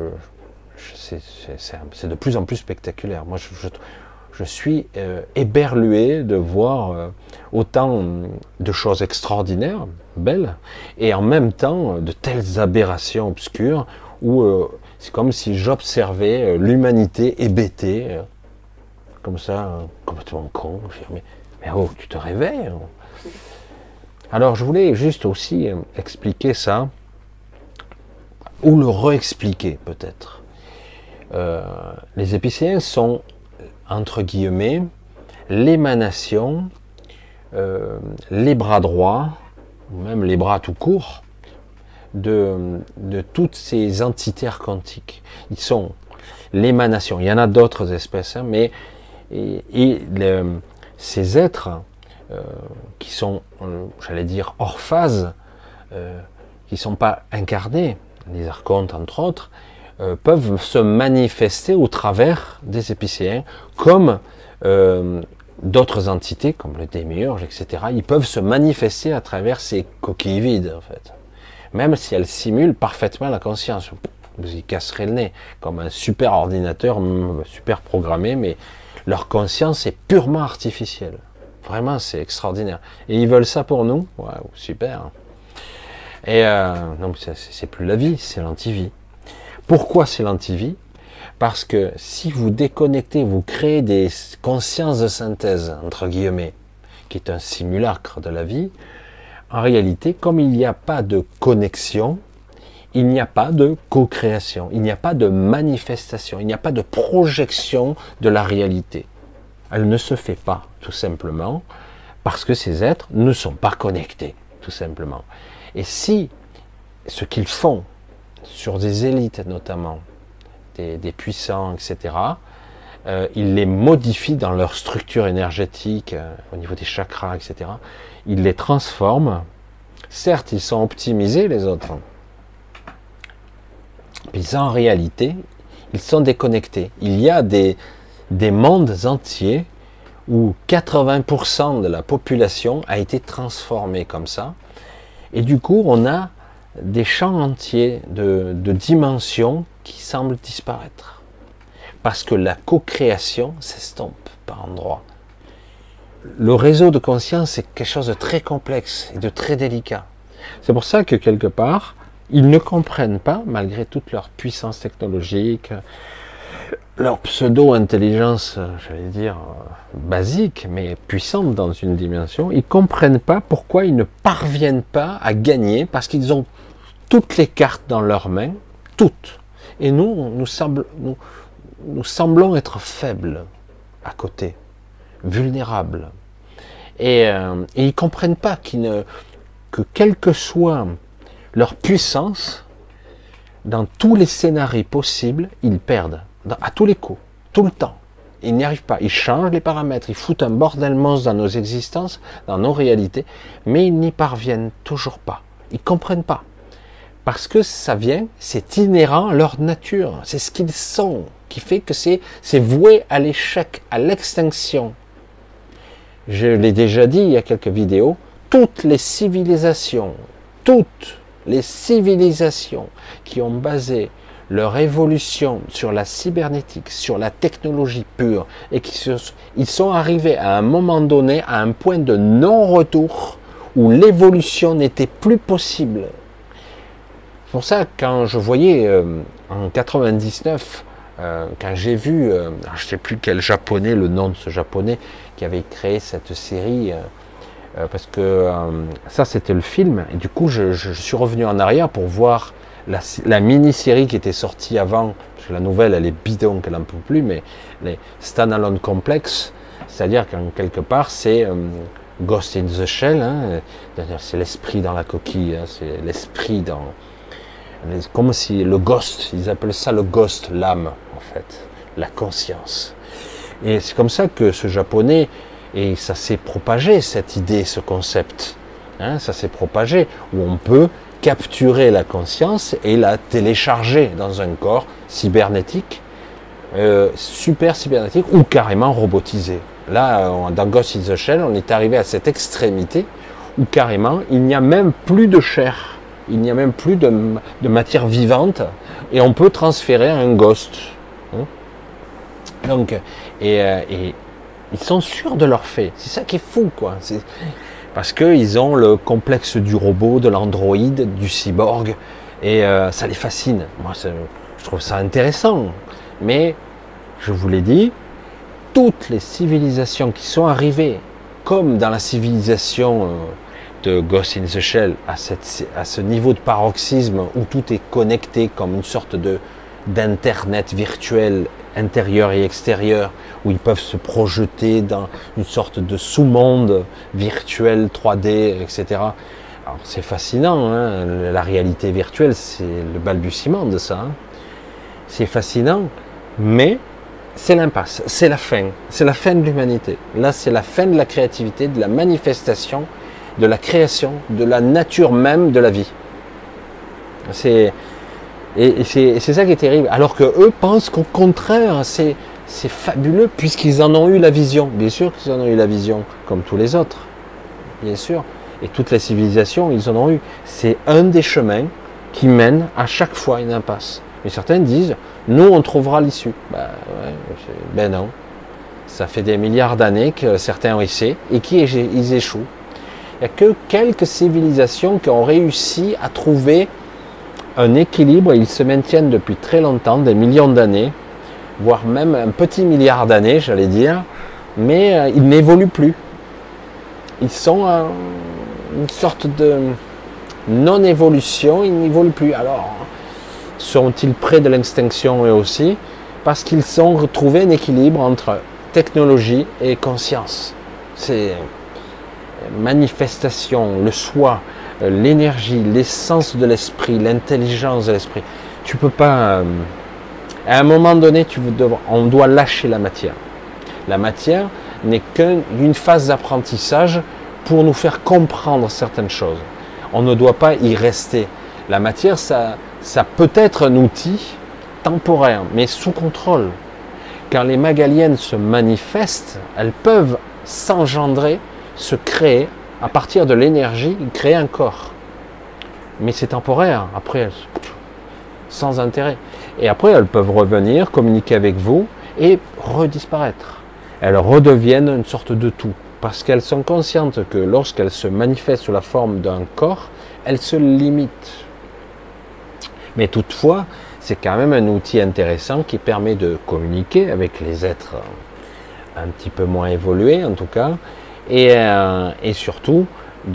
c'est de plus en plus spectaculaire. Moi je suis éberlué de voir autant de choses extraordinaires, belles, et en même temps de telles aberrations obscures où c'est comme si j'observais l'humanité hébétée, comme ça, complètement con. Mais oh, tu te réveilles. Alors je voulais juste aussi expliquer ça, ou le réexpliquer peut-être. Les épicéens sont, entre guillemets, l'émanation, les bras droits, ou même les bras tout courts, de toutes ces entités archontiques. Ils sont l'émanation. Il y en a d'autres espèces, hein, mais ces êtres qui sont, j'allais dire, hors phase, qui ne sont pas incarnés, les archontes entre autres, peuvent se manifester au travers des épicéens comme d'autres entités, comme le démiurge, etc. Ils peuvent se manifester à travers ces coquilles vides, en fait. Même si elles simulent parfaitement la conscience. Vous y casserez le nez, comme un super ordinateur, super programmé, mais leur conscience est purement artificielle. Vraiment, c'est extraordinaire. Et ils veulent ça pour nous. Waouh, super. Et non, c'est plus la vie, c'est l'antivie. Pourquoi c'est l'antivie? Parce que si vous déconnectez, vous créez des consciences de synthèse, entre guillemets, qui est un simulacre de la vie, en réalité, comme il n'y a pas de connexion, il n'y a pas de co-création, il n'y a pas de manifestation, il n'y a pas de projection de la réalité. Elle ne se fait pas, tout simplement, parce que ces êtres ne sont pas connectés, tout simplement. Et si ce qu'ils font, sur des élites notamment, des puissants, etc., ils les modifient dans leur structure énergétique, au niveau des chakras, etc., ils les transforment. Certes, ils sont optimisés, les autres, mais en réalité, ils sont déconnectés. Il y a des mondes entiers où 80% de la population a été transformée comme ça. Et du coup, on a des champs entiers de dimensions qui semblent disparaître. Parce que la co-création s'estompe par endroits. Le réseau de conscience, c'est quelque chose de très complexe et de très délicat. C'est pour ça que quelque part, ils ne comprennent pas, malgré toute leur puissance technologique, leur pseudo-intelligence, j'allais dire, basique, mais puissante dans une dimension, ils ne comprennent pas pourquoi ils ne parviennent pas à gagner, parce qu'ils ont toutes les cartes dans leurs mains, toutes. Et nous semblons être faibles à côté, vulnérables. Et ils ne comprennent pas que quelle que soit leur puissance, dans tous les scénarios possibles, ils perdent, à tous les coups, tout le temps. Ils n'y arrivent pas, ils changent les paramètres, ils foutent un bordel monstre dans nos existences, dans nos réalités, mais ils n'y parviennent toujours pas. Ils ne comprennent pas. Parce que ça vient, c'est inhérent à leur nature, c'est ce qu'ils sont, qui fait que c'est voué à l'échec, à l'extinction. Je l'ai déjà dit il y a quelques vidéos, toutes les civilisations qui ont basé leur évolution sur la cybernétique, sur la technologie pure, et ils sont arrivés à un moment donné à un point de non-retour où l'évolution n'était plus possible. C'est pour ça que quand je voyais en 99, quand j'ai vu, je ne sais plus quel japonais, le nom de ce japonais qui avait créé cette série, parce que ça c'était le film, et du coup je suis revenu en arrière pour voir la mini-série qui était sortie avant, parce que la nouvelle elle est bidon qu'elle n'en peut plus, mais les Standalone Complex, c'est-à-dire qu'en quelque part c'est Ghost in the Shell, hein, c'est l'esprit dans la coquille, hein, c'est l'esprit dans... Comme si le ghost, ils appellent ça le ghost, l'âme en fait, la conscience. Et c'est comme ça que ce japonais, et ça s'est propagé cette idée, ce concept, hein, ça s'est propagé, où on peut capturer la conscience et la télécharger dans un corps cybernétique, super cybernétique ou carrément robotisé. Là, dans Ghost in the Shell, on est arrivé à cette extrémité où carrément il n'y a même plus de chair. Il n'y a même plus de matière vivante et on peut transférer un ghost. Donc, et ils sont sûrs de leur fait. C'est ça qui est fou, quoi. Parce qu'ils ont le complexe du robot, de l'androïde, du cyborg, et ça les fascine. Moi, je trouve ça intéressant. Mais, je vous l'ai dit, toutes les civilisations qui sont arrivées, comme dans la civilisation de Ghost in the Shell, à ce niveau de paroxysme où tout est connecté comme une sorte d'internet virtuel intérieur et extérieur, où ils peuvent se projeter dans une sorte de sous-monde virtuel 3D, etc. Alors c'est fascinant, hein, la réalité virtuelle, c'est le balbutiement de ça. Hein. C'est fascinant, mais c'est l'impasse, c'est la fin de l'humanité. Là, c'est la fin de la créativité, de la manifestation, de la création, de la nature même de la vie. C'est ça qui est terrible. Alors que eux pensent qu'au contraire, c'est fabuleux puisqu'ils en ont eu la vision. Bien sûr qu'ils en ont eu la vision, comme tous les autres, bien sûr. Et toutes les civilisations, ils en ont eu. C'est un des chemins qui mène à chaque fois une impasse. Mais certains disent, nous on trouvera l'issue. Ben non. Ça fait des milliards d'années que certains essaient et ils échouent. Il n'y a que quelques civilisations qui ont réussi à trouver un équilibre. Ils se maintiennent depuis très longtemps, des millions d'années, voire même un petit milliard d'années, j'allais dire, mais ils n'évoluent plus. Ils sont une sorte de non-évolution, ils n'évoluent plus. Alors, sont-ils près de l'extinction eux aussi? Parce qu'ils ont retrouvé un équilibre entre technologie et conscience. C'est manifestation, le soi, l'énergie, l'essence de l'esprit, l'intelligence de l'esprit. Tu peux pas... à un moment donné, on doit lâcher la matière. La matière n'est qu'une phase d'apprentissage pour nous faire comprendre certaines choses. On ne doit pas y rester. La matière, ça peut être un outil temporaire, mais sous contrôle. Quand les Magaliennes se manifestent, elles peuvent s'engendrer, se créer, à partir de l'énergie, créer un corps. Mais c'est temporaire, après, sans intérêt. Et après, elles peuvent revenir, communiquer avec vous et redisparaître. Elles redeviennent une sorte de tout. Parce qu'elles sont conscientes que lorsqu'elles se manifestent sous la forme d'un corps, elles se limitent. Mais toutefois, c'est quand même un outil intéressant qui permet de communiquer avec les êtres un petit peu moins évolués en tout cas, et surtout,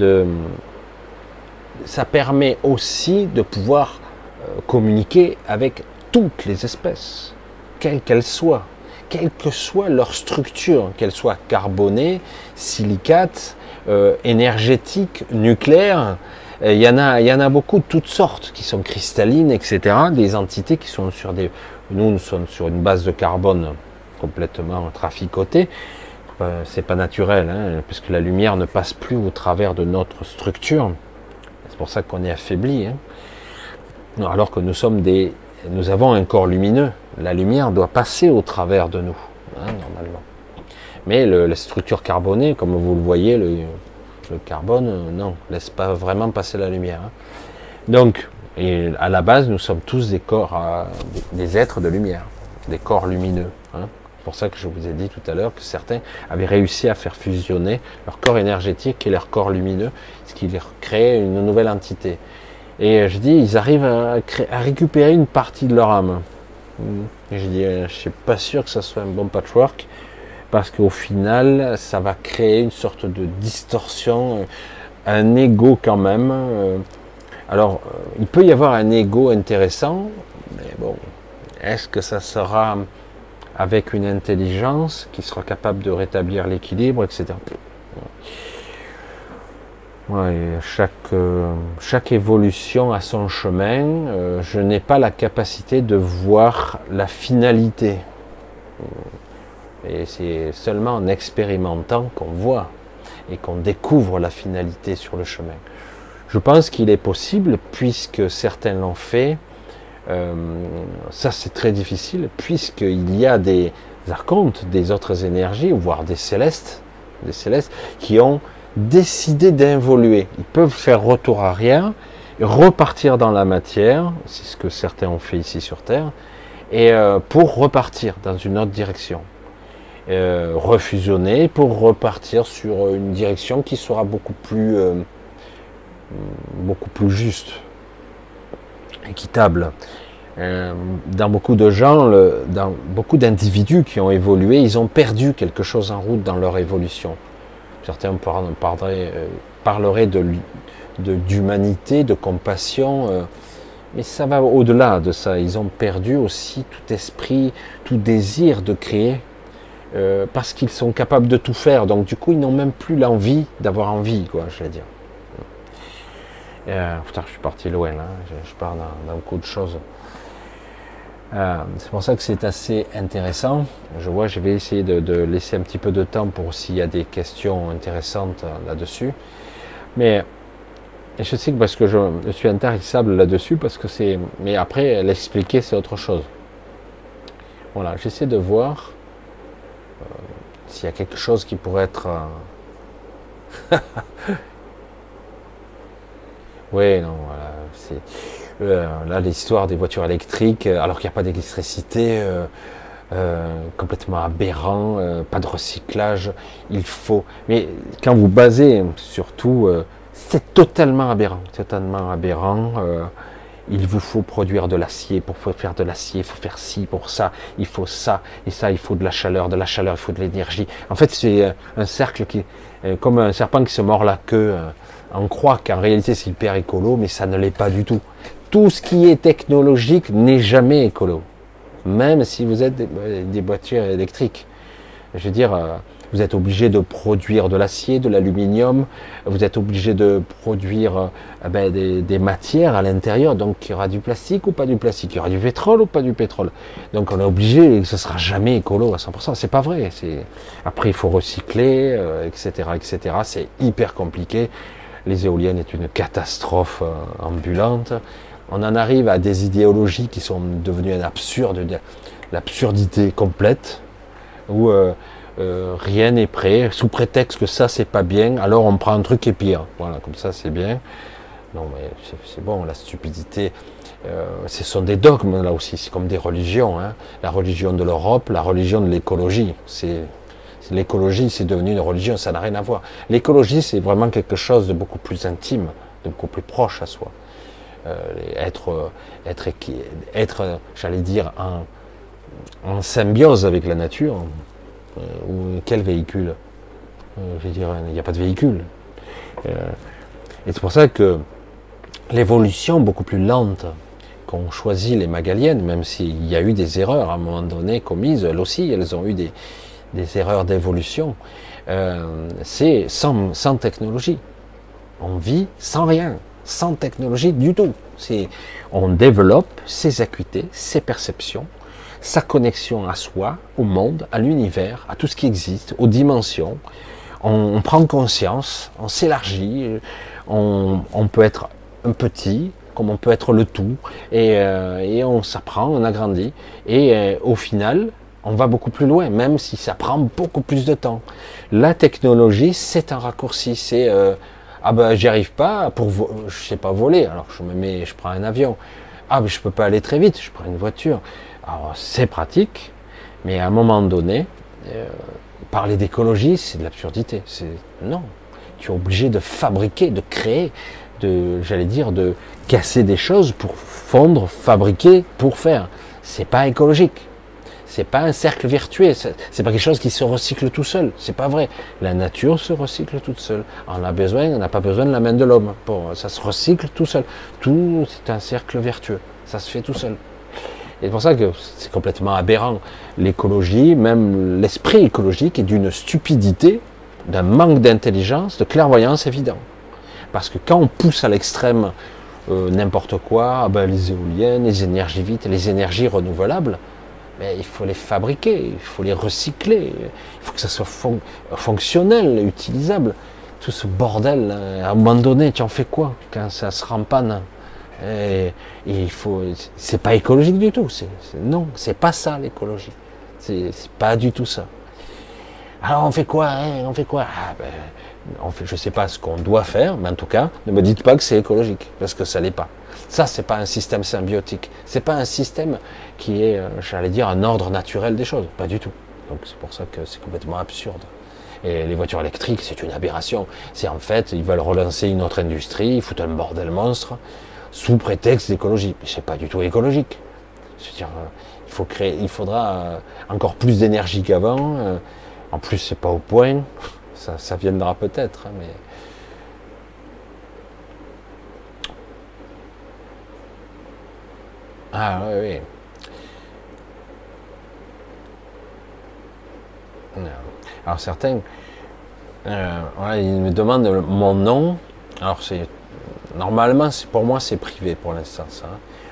ça permet aussi de pouvoir communiquer avec toutes les espèces, quelles qu'elles soient, quelle que soit leur structure, qu'elles soient carbonées, silicates, énergétiques, nucléaires. Il y en a beaucoup de toutes sortes qui sont cristallines, etc. Des entités qui sont sur nous sommes sur une base de carbone complètement traficotée. C'est pas naturel, hein, puisque la lumière ne passe plus au travers de notre structure. C'est pour ça qu'on est affaibli. Hein. Alors que nous avons un corps lumineux. La lumière doit passer au travers de nous, hein, normalement. Mais la structure carbonée, comme vous le voyez, le carbone, non, laisse pas vraiment passer la lumière. Hein. Donc, à la base, nous sommes tous des corps, des êtres de lumière, des corps lumineux. Hein. C'est pour ça que je vous ai dit tout à l'heure que certains avaient réussi à faire fusionner leur corps énergétique et leur corps lumineux, ce qui leur crée une nouvelle entité. Et je dis, ils arrivent à récupérer une partie de leur âme. Et je dis, je suis pas sûr que ça soit un bon patchwork, parce qu'au final, ça va créer une sorte de distorsion, un ego quand même. Alors, il peut y avoir un ego intéressant, mais bon, est-ce que ça sera avec une intelligence qui sera capable de rétablir l'équilibre, etc. Ouais, chaque évolution a son chemin. Je n'ai pas la capacité de voir la finalité. Et c'est seulement en expérimentant qu'on voit et qu'on découvre la finalité sur le chemin. Je pense qu'il est possible, puisque certains l'ont fait. Ça c'est très difficile, puisqu'il y a des archontes, des autres énergies, voire des célestes qui ont décidé d'involuer. Ils peuvent faire retour arrière, repartir dans la matière, c'est ce que certains ont fait ici sur Terre, et pour repartir dans une autre direction. Refusionner pour repartir sur une direction qui sera beaucoup plus juste, équitable. Dans beaucoup de gens, dans beaucoup d'individus qui ont évolué, ils ont perdu quelque chose en route dans leur évolution. Certains parleraient d'humanité, de compassion, mais ça va au-delà de ça. Ils ont perdu aussi tout esprit, tout désir de créer, parce qu'ils sont capables de tout faire. Donc du coup, ils n'ont même plus l'envie d'avoir envie, quoi, je vais dire. Putain, je suis parti loin là, je pars dans beaucoup de choses. C'est pour ça que c'est assez intéressant. Je vais essayer de laisser un petit peu de temps pour s'il y a des questions intéressantes là-dessus. Mais je sais que parce que je suis intarissable là-dessus, parce que c'est. Mais après, l'expliquer, c'est autre chose. Voilà, j'essaie de voir s'il y a quelque chose qui pourrait être. Oui, non, voilà. Là, l'histoire des voitures électriques, alors qu'il n'y a pas d'électricité, complètement aberrant, pas de recyclage, il faut. Mais quand vous basez surtout, c'est totalement aberrant, totalement aberrant. Il vous faut produire de l'acier. Pour faire de l'acier, il faut faire ci, pour ça, il faut ça, et ça, il faut de la chaleur, il faut de l'énergie. En fait, c'est un cercle qui, comme un serpent qui se mord la queue. On croit qu'en réalité c'est hyper écolo, mais ça ne l'est pas du tout. Tout ce qui est technologique n'est jamais écolo. Même si vous êtes des voitures électriques. Je veux dire, vous êtes obligé de produire de l'acier, de l'aluminium, vous êtes obligé de produire des matières à l'intérieur, donc il y aura du plastique ou pas du plastique, il y aura du pétrole ou pas du pétrole. Donc on est obligé, et ce sera jamais écolo à 100%, c'est pas vrai. Après il faut recycler, etc., etc. C'est hyper compliqué. Les éoliennes est une catastrophe ambulante. On en arrive à des idéologies qui sont devenues un absurde, l'absurdité complète, où rien n'est prêt, sous prétexte que ça c'est pas bien, alors on prend un truc qui est pire. Voilà, comme ça c'est bien. Non mais c'est bon, la stupidité, ce sont des dogmes là aussi, c'est comme des religions. Hein. La religion de l'Europe, la religion de l'écologie, l'écologie, c'est devenu une religion, ça n'a rien à voir. L'écologie, c'est vraiment quelque chose de beaucoup plus intime, de beaucoup plus proche à soi. Être, j'allais dire, en symbiose avec la nature. Ou quel véhicule Je veux dire, il n'y a pas de véhicule. Et c'est pour ça que l'évolution beaucoup plus lente qu'ont choisi les Magaliennes, même s'il y a eu des erreurs à un moment donné commises, elles aussi, elles ont eu des erreurs d'évolution, c'est sans technologie. On vit sans rien, sans technologie du tout. On développe ses acuités, ses perceptions, sa connexion à soi, au monde, à l'univers, à tout ce qui existe, aux dimensions. On prend conscience, on s'élargit, on peut être un petit, comme on peut être le tout, et on s'apprend, on agrandit, et au final, on va beaucoup plus loin, même si ça prend beaucoup plus de temps. La technologie, c'est un raccourci, c'est ah ben j'y arrive pas, je sais pas voler, alors je prends un avion. Ah ben je peux pas aller très vite, je prends une voiture. Alors c'est pratique, mais à un moment donné, parler d'écologie, c'est de l'absurdité. Non, tu es obligé de fabriquer, de créer, j'allais dire, de casser des choses pour fondre, fabriquer, pour faire. C'est pas écologique. C'est pas un cercle vertueux, c'est pas quelque chose qui se recycle tout seul, c'est pas vrai. La nature se recycle toute seule. On n'a pas besoin de la main de l'homme. Ça se recycle tout seul. Tout, c'est un cercle vertueux. Ça se fait tout seul. Et c'est pour ça que c'est complètement aberrant. L'écologie, même l'esprit écologique, est d'une stupidité, d'un manque d'intelligence, de clairvoyance évident. Parce que quand on pousse à l'extrême n'importe quoi, les éoliennes, les énergies vites, les énergies renouvelables, mais il faut les fabriquer, il faut les recycler, il faut que ça soit fonctionnel, utilisable. Tout ce bordel, à un moment donné, tu en fais quoi quand ça se rempanne? Et c'est pas écologique du tout. Non, c'est pas ça l'écologie. C'est pas du tout ça. Alors on fait quoi On fait quoi je sais pas ce qu'on doit faire, mais en tout cas, ne me dites pas que c'est écologique, parce que ça l'est pas. Ça, c'est pas un système symbiotique. C'est pas un système qui est, j'allais dire, un ordre naturel des choses. Pas du tout. Donc c'est pour ça que c'est complètement absurde. Et les voitures électriques, c'est une aberration. C'est en fait, ils veulent relancer une autre industrie, ils foutent un bordel monstre, sous prétexte d'écologie. Mais c'est pas du tout écologique. C'est-à-dire, il faudra encore plus d'énergie qu'avant. En plus, c'est pas au point. Ça viendra peut-être, mais... Ah oui, oui. Alors certains, voilà, ils me demandent mon nom. Alors Normalement, pour moi, c'est privé pour l'instant, ça.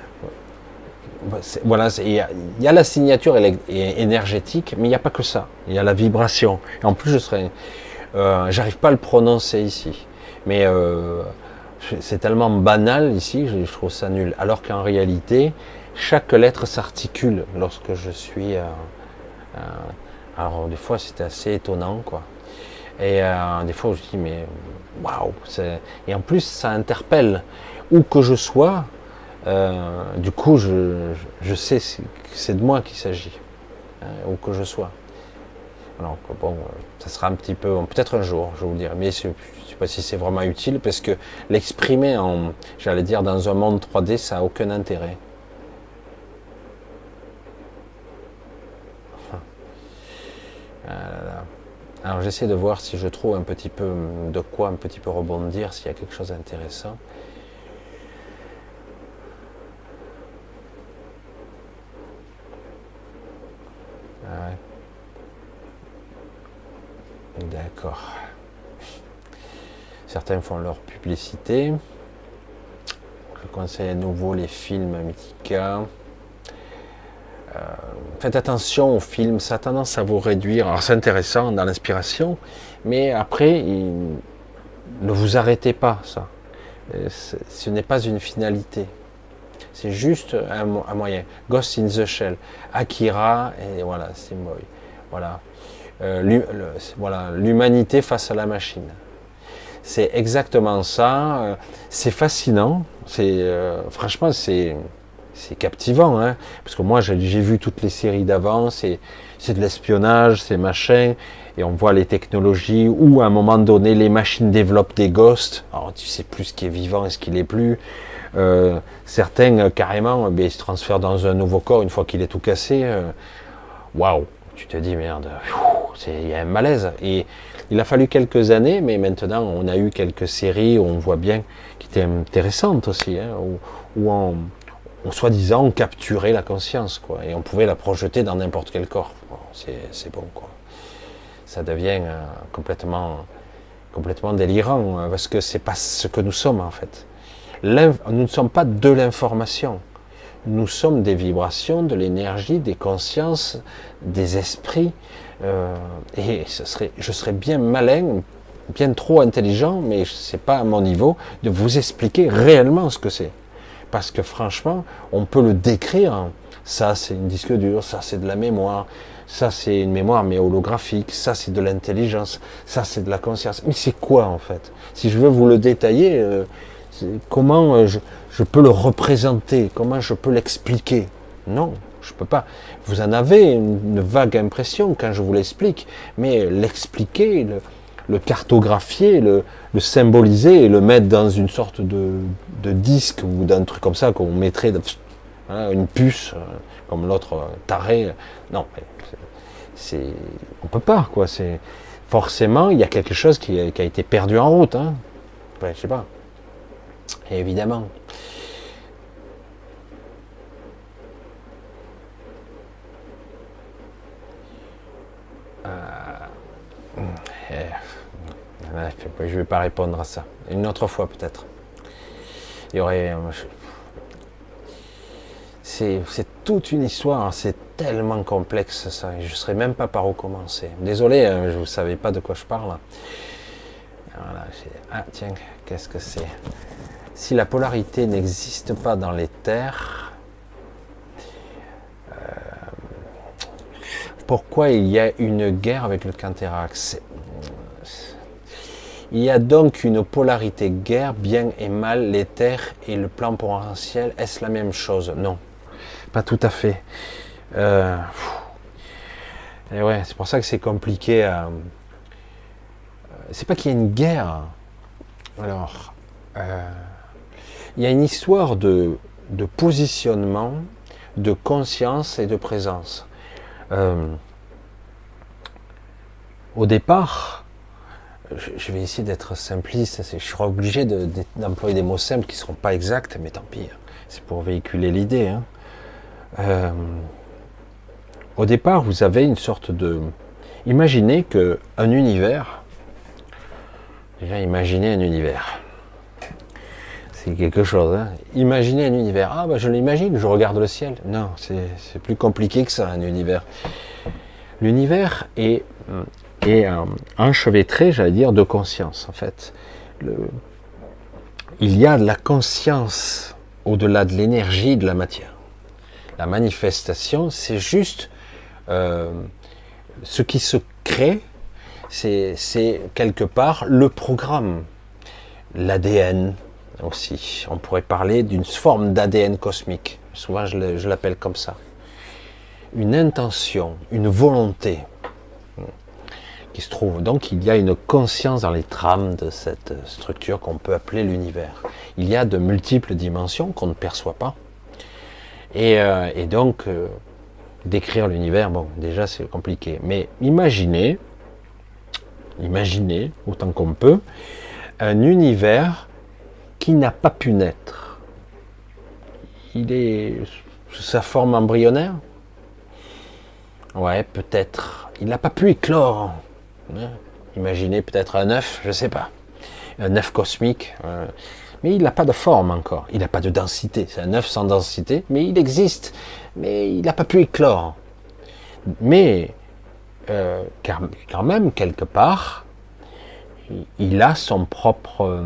Voilà, il y a la signature énergétique, mais il n'y a pas que ça. Il y a la vibration. Et en plus, j'arrive pas à le prononcer ici. Mais c'est tellement banal ici, je trouve ça nul. Alors qu'en réalité, chaque lettre s'articule lorsque je suis. Alors des fois, c'était assez étonnant, quoi. Et des fois, je dis mais waouh. Et en plus, ça interpelle où que je sois. Du coup, je sais que c'est de moi qu'il s'agit, hein, où que je sois. Alors bon, ça sera un petit peu, peut-être un jour, je vais vous dire, mais je ne sais pas si c'est vraiment utile, parce que l'exprimer j'allais dire, dans un monde 3D, ça n'a aucun intérêt. Enfin, alors j'essaie de voir si je trouve un petit peu de quoi un petit peu rebondir, s'il y a quelque chose d'intéressant. Ouais. D'accord. Certains font leur publicité. Je conseille à nouveau les films Mythica. Faites attention aux films, ça a tendance à vous réduire. Alors c'est intéressant dans l'inspiration, mais après, ne vous arrêtez pas, ça. Ce n'est pas une finalité. C'est juste un moyen. Ghost in the Shell, Akira, et voilà, c'est moi. Voilà. Voilà, l'humanité face à la machine. C'est exactement ça. C'est fascinant. Franchement, c'est captivant, hein, parce que moi j'ai vu toutes les séries d'avant. C'est de l'espionnage, c'est machin, et on voit les technologies où à un moment donné les machines développent des ghosts. Alors tu sais plus ce qui est vivant et ce qui l'est plus. Certains carrément, ils se transfèrent dans un nouveau corps une fois qu'il est tout cassé. Waouh, tu te dis merde, il y a un malaise. Et il a fallu quelques années, mais maintenant on a eu quelques séries où on voit bien qui étaient intéressantes aussi, hein, où on soi-disant on capturait la conscience, quoi, et on pouvait la projeter dans n'importe quel corps. Bon, c'est bon, quoi. Ça devient complètement délirant, parce que c'est pas ce que nous sommes en fait. Nous ne sommes pas de l'information. Nous sommes des vibrations, de l'énergie, des consciences, des esprits. Et je serais bien malin, bien trop intelligent, mais c'est pas à mon niveau, de vous expliquer réellement ce que c'est. Parce que franchement, on peut le décrire. Ça, c'est une disque dur, ça, c'est de la mémoire, ça, c'est une mémoire mais holographique, ça, c'est de l'intelligence, ça, c'est de la conscience. Mais c'est quoi en fait? Si je veux vous le détailler, comment je peux le représenter? Comment je peux l'expliquer? Non, je peux pas. Vous en avez une vague impression quand je vous l'explique, mais l'expliquer, le cartographier, le symboliser et le mettre dans une sorte de disque ou d'un truc comme ça qu'on mettrait dans une puce, comme l'autre taré. Non, on peut pas, quoi. Forcément, il y a quelque chose qui a été perdu en route, hein. Ouais, je sais pas. Et évidemment. Je ne vais pas répondre à ça. Une autre fois peut-être. Il y aurait. C'est toute une histoire. C'est tellement complexe ça. Je ne saurais même pas par où commencer. Désolé, je ne savais pas de quoi je parle. Voilà, ah tiens, qu'est-ce que c'est? Si la polarité n'existe pas dans les terres, pourquoi il y a une guerre avec le Canthérax? Il y a donc une polarité guerre, bien et mal, les terres et le plan potentiel. Est-ce la même chose? Non, pas tout à fait. Et ouais, c'est pour ça que c'est compliqué. C'est pas qu'il y a une guerre. Alors, il y a une histoire de positionnement, de conscience et de présence. Au départ, je vais essayer d'être simpliste, je serai obligé d'employer des mots simples qui ne seront pas exacts, mais tant pis, c'est pour véhiculer l'idée. Hein. Au départ, vous avez une sorte de... Imaginez qu'un univers... Déjà, imaginez un univers. c'est quelque chose. Hein. Imaginez un univers. Ah, je l'imagine, je regarde le ciel. Non, c'est plus compliqué que ça, un univers. L'univers est enchevêtré, j'allais dire, de conscience, en fait. Il y a de la conscience au-delà de l'énergie et de la matière. La manifestation, c'est juste ce qui se crée, c'est quelque part le programme, l'ADN aussi. On pourrait parler d'une forme d'ADN cosmique. Souvent, je l'appelle comme ça. Une intention, une volonté qui se trouve. Donc, il y a une conscience dans les trames de cette structure qu'on peut appeler l'univers. Il y a de multiples dimensions qu'on ne perçoit pas. Et donc, décrire l'univers, bon, déjà c'est compliqué. Mais imaginez, autant qu'on peut, un univers qui n'a pas pu naître. Il est sous sa forme embryonnaire. Ouais, peut-être. Il n'a pas pu éclore. Imaginez peut-être un œuf, je ne sais pas. Un œuf cosmique. Mais il n'a pas de forme encore. Il n'a pas de densité. C'est un œuf sans densité, mais il existe. Mais il n'a pas pu éclore. Mais, quand même, quelque part, il a son propre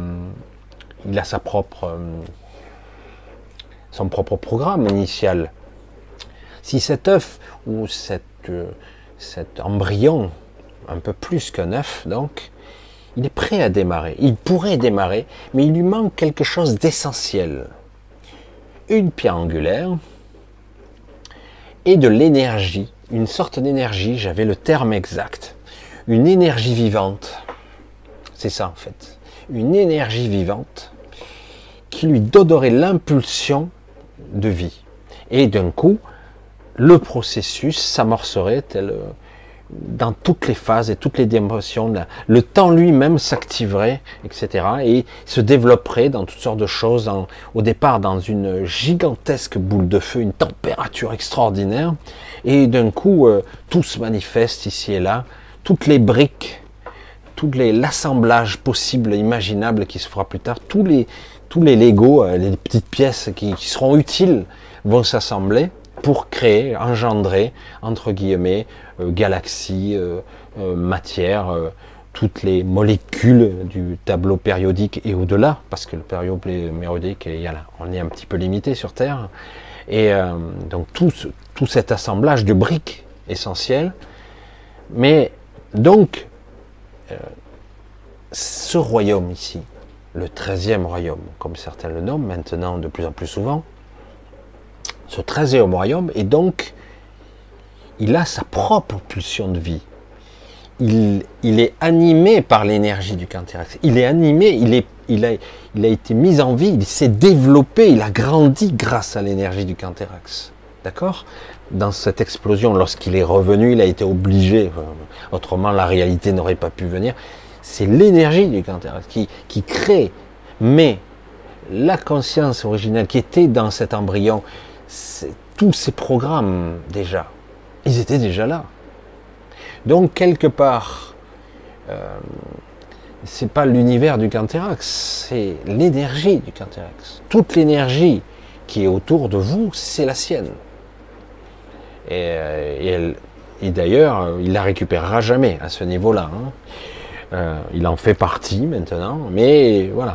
programme initial. Si cet œuf ou cet embryon, un peu plus qu'un œuf, donc, il est prêt à démarrer. Il pourrait démarrer, mais il lui manque quelque chose d'essentiel. Une pierre angulaire et de l'énergie, une sorte d'énergie, j'avais le terme exact, une énergie vivante. C'est ça en fait. Une énergie vivante qui lui donnerait l'impulsion de vie. Et d'un coup, le processus s'amorcerait dans toutes les phases et toutes les dimensions. Le temps lui-même s'activerait, etc. Et se développerait dans toutes sortes de choses. Au départ, dans une gigantesque boule de feu, une température extraordinaire. Et d'un coup, tout se manifeste ici et là. Toutes les briques, l'assemblage possible, imaginable qui se fera plus tard, tous les Lego, les petites pièces qui seront utiles, vont s'assembler pour créer, engendrer, entre guillemets, galaxies, matière, toutes les molécules du tableau périodique et au-delà, parce que le tableau périodique, on est un petit peu limité sur Terre, et donc tout cet assemblage de briques essentielles, mais donc, ce royaume ici, le 13e royaume, comme certains le nomment maintenant de plus en plus souvent, ce 13e royaume, et donc, il a sa propre pulsion de vie. Il est animé par l'énergie du Canthérax. Il est animé, il a été mis en vie, il s'est développé, il a grandi grâce à l'énergie du Canthérax. D'accord ? Dans cette explosion, lorsqu'il est revenu, il a été obligé, autrement la réalité n'aurait pas pu venir. C'est l'énergie du Canthérax qui crée, mais la conscience originelle qui était dans cet embryon, tous ces programmes déjà, ils étaient déjà là. Donc quelque part, c'est pas l'univers du Canthérax, c'est l'énergie du Canthérax. Toute l'énergie qui est autour de vous, c'est la sienne. Et d'ailleurs, il la récupérera jamais à ce niveau-là. Il en fait partie maintenant, mais voilà.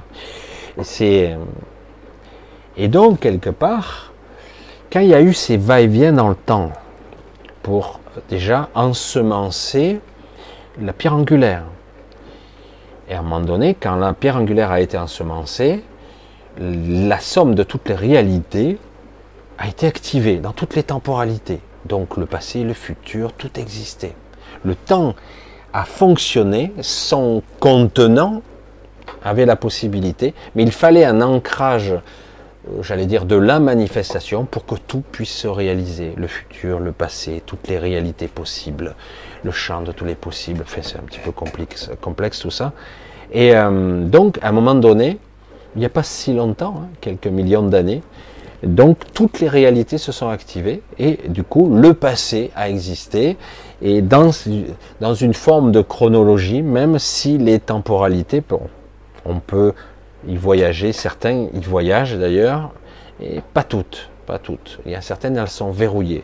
Et donc, quelque part, quand il y a eu ces va-et-vient dans le temps, pour déjà ensemencer la pierre angulaire, et à un moment donné, quand la pierre angulaire a été ensemencée, la somme de toutes les réalités a été activée dans toutes les temporalités. Donc le passé, le futur, tout existait. Le temps a fonctionné, son contenant avait la possibilité, mais il fallait un ancrage, j'allais dire, de la manifestation pour que tout puisse se réaliser. Le futur, le passé, toutes les réalités possibles, le champ de tous les possibles. Enfin, c'est un petit peu complexe tout ça. Et donc, à un moment donné, il n'y a pas si longtemps, quelques millions d'années, donc toutes les réalités se sont activées et du coup le passé a existé et dans une forme de chronologie, même si les temporalités, on peut ils voyageaient, certains ils voyagent d'ailleurs, et pas toutes, pas toutes. Il y a certaines, elles sont verrouillées.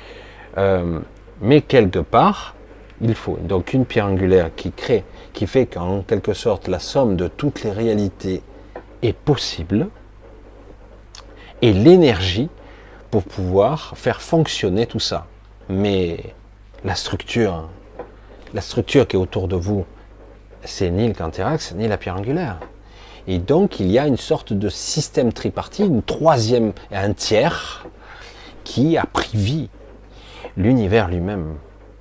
Mais quelque part, il faut donc une pierre angulaire qui fait qu'en quelque sorte la somme de toutes les réalités est possible, et l'énergie pour pouvoir faire fonctionner tout ça. Mais la structure qui est autour de vous, c'est ni le Canthérax, ni la pierre angulaire. Et donc, il y a une sorte de système tripartite, une troisième et un tiers, qui a pris vie, l'univers lui-même.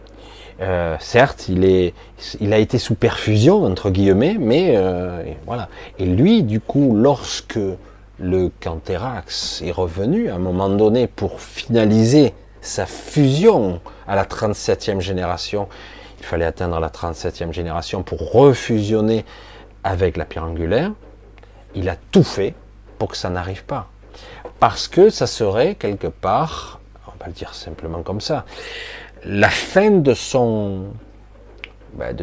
Certes, il a été sous perfusion, entre guillemets, mais voilà. Et lui, du coup, lorsque le Canthérax est revenu, à un moment donné, pour finaliser sa fusion à la 37e génération, il fallait atteindre la 37e génération pour refusionner avec la pierre angulaire, il a tout fait pour que ça n'arrive pas. Parce que ça serait quelque part, on va le dire simplement comme ça, la fin de son, de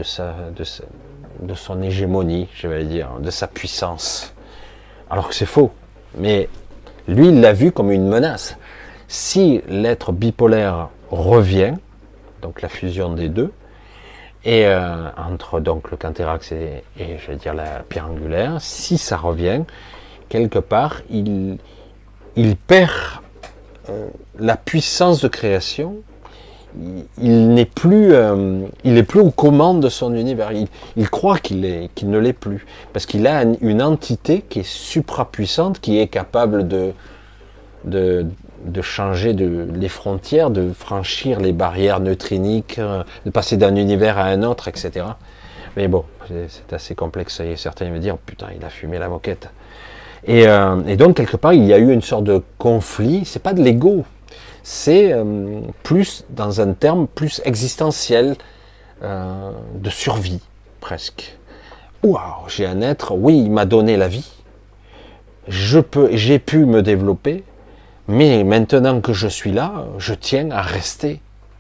son hégémonie, je vais dire, de sa puissance. Alors que c'est faux. Mais lui, il l'a vu comme une menace. Si l'être bipolaire revient, donc la fusion des deux, et entre donc le Canthérax et je vais dire la pierre angulaire, si ça revient, quelque part, il perd la puissance de création. Il n'est plus aux commandes de son univers. Il croit qu'il ne l'est plus, parce qu'il a une entité qui est suprapuissante, qui est capable de changer les frontières, de franchir les barrières neutriniques, de passer d'un univers à un autre, etc. Mais bon, c'est assez complexe. Et certains vont dire, putain, il a fumé la moquette. Et donc, quelque part, il y a eu une sorte de conflit. C'est pas de l'ego. C'est plus, dans un terme plus existentiel, de survie, presque. Waouh, j'ai un être, oui, il m'a donné la vie. J'ai pu me développer, mais maintenant que je suis là, je tiens à rester.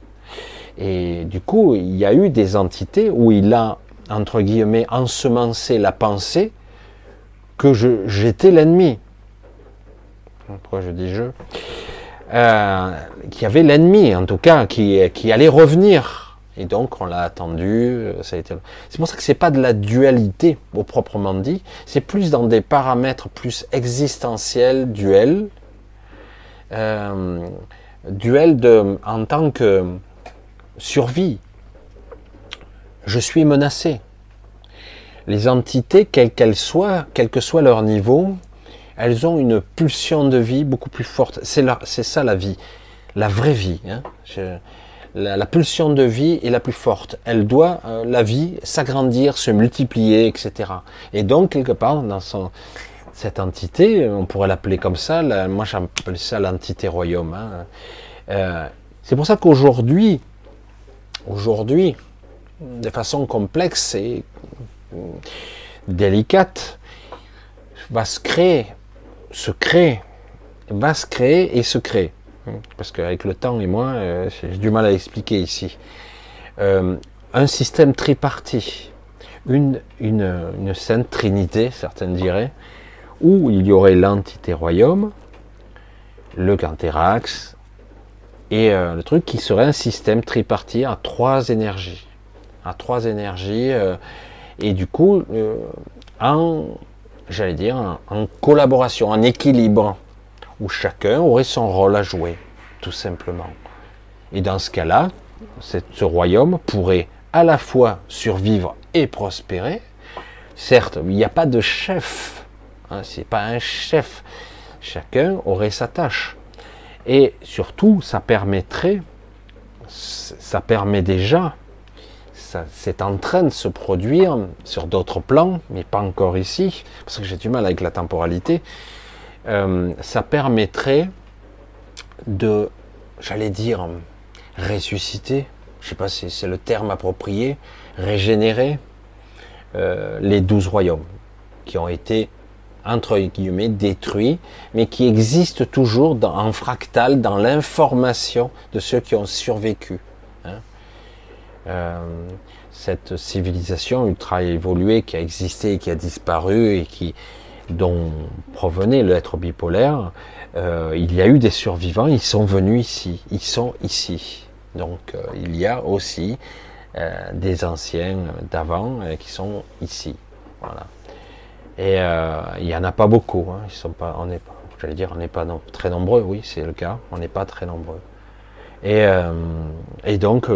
Et du coup, il y a eu des entités où il a, entre guillemets, ensemencé la pensée que j'étais l'ennemi. Pourquoi je dis je ? Qu'il y avait l'ennemi, en tout cas, qui allait revenir. Et donc, on l'a attendu. C'est pour ça que c'est pas de la dualité, au proprement dit. C'est plus dans des paramètres plus existentiels, duel en tant que survie. Je suis menacé. Les entités, quelles qu'elles soient, quel que soit leur niveau, elles ont une pulsion de vie beaucoup plus forte. C'est ça la vie, la vraie vie. Hein. La pulsion de vie est la plus forte. Elle doit, la vie, s'agrandir, se multiplier, etc. Et donc, quelque part, dans cette entité, on pourrait l'appeler comme ça, moi j'appelle ça l'entité royaume. Hein. C'est pour ça qu'aujourd'hui, de façon complexe et délicate, va se créer et se créer. Parce qu'avec le temps et moi, j'ai du mal à expliquer ici. Un système tripartite, une sainte trinité, certains diraient, où il y aurait l'entité royaume, le Canthérax, et le truc qui serait un système tripartite à trois énergies. Et du coup, en collaboration, en équilibre, où chacun aurait son rôle à jouer, tout simplement. Et dans ce cas-là, ce royaume pourrait à la fois survivre et prospérer. Certes, il n'y a pas de chef, hein, c'est pas un chef. Chacun aurait sa tâche. Et surtout, ça permet déjà, c'est en train de se produire sur d'autres plans, mais pas encore ici, parce que j'ai du mal avec la temporalité. Ça permettrait de, j'allais dire, ressusciter, je ne sais pas si c'est le terme approprié, régénérer les 12 royaumes qui ont été, entre guillemets, détruits, mais qui existent toujours en fractal dans l'information de ceux qui ont survécu. Hein. Cette civilisation ultra évoluée qui a existé et qui a disparu et qui dont provenait l'être bipolaire, il y a eu des survivants, ils sont venus ici, ils sont ici. Donc il y a aussi des anciens d'avant qui sont ici. Voilà. Et il n'y en a pas beaucoup. Hein. Ils sont pas, on n'est pas, j'allais dire, on n'est pas très nombreux. Oui, c'est le cas. On n'est pas très nombreux. Et donc,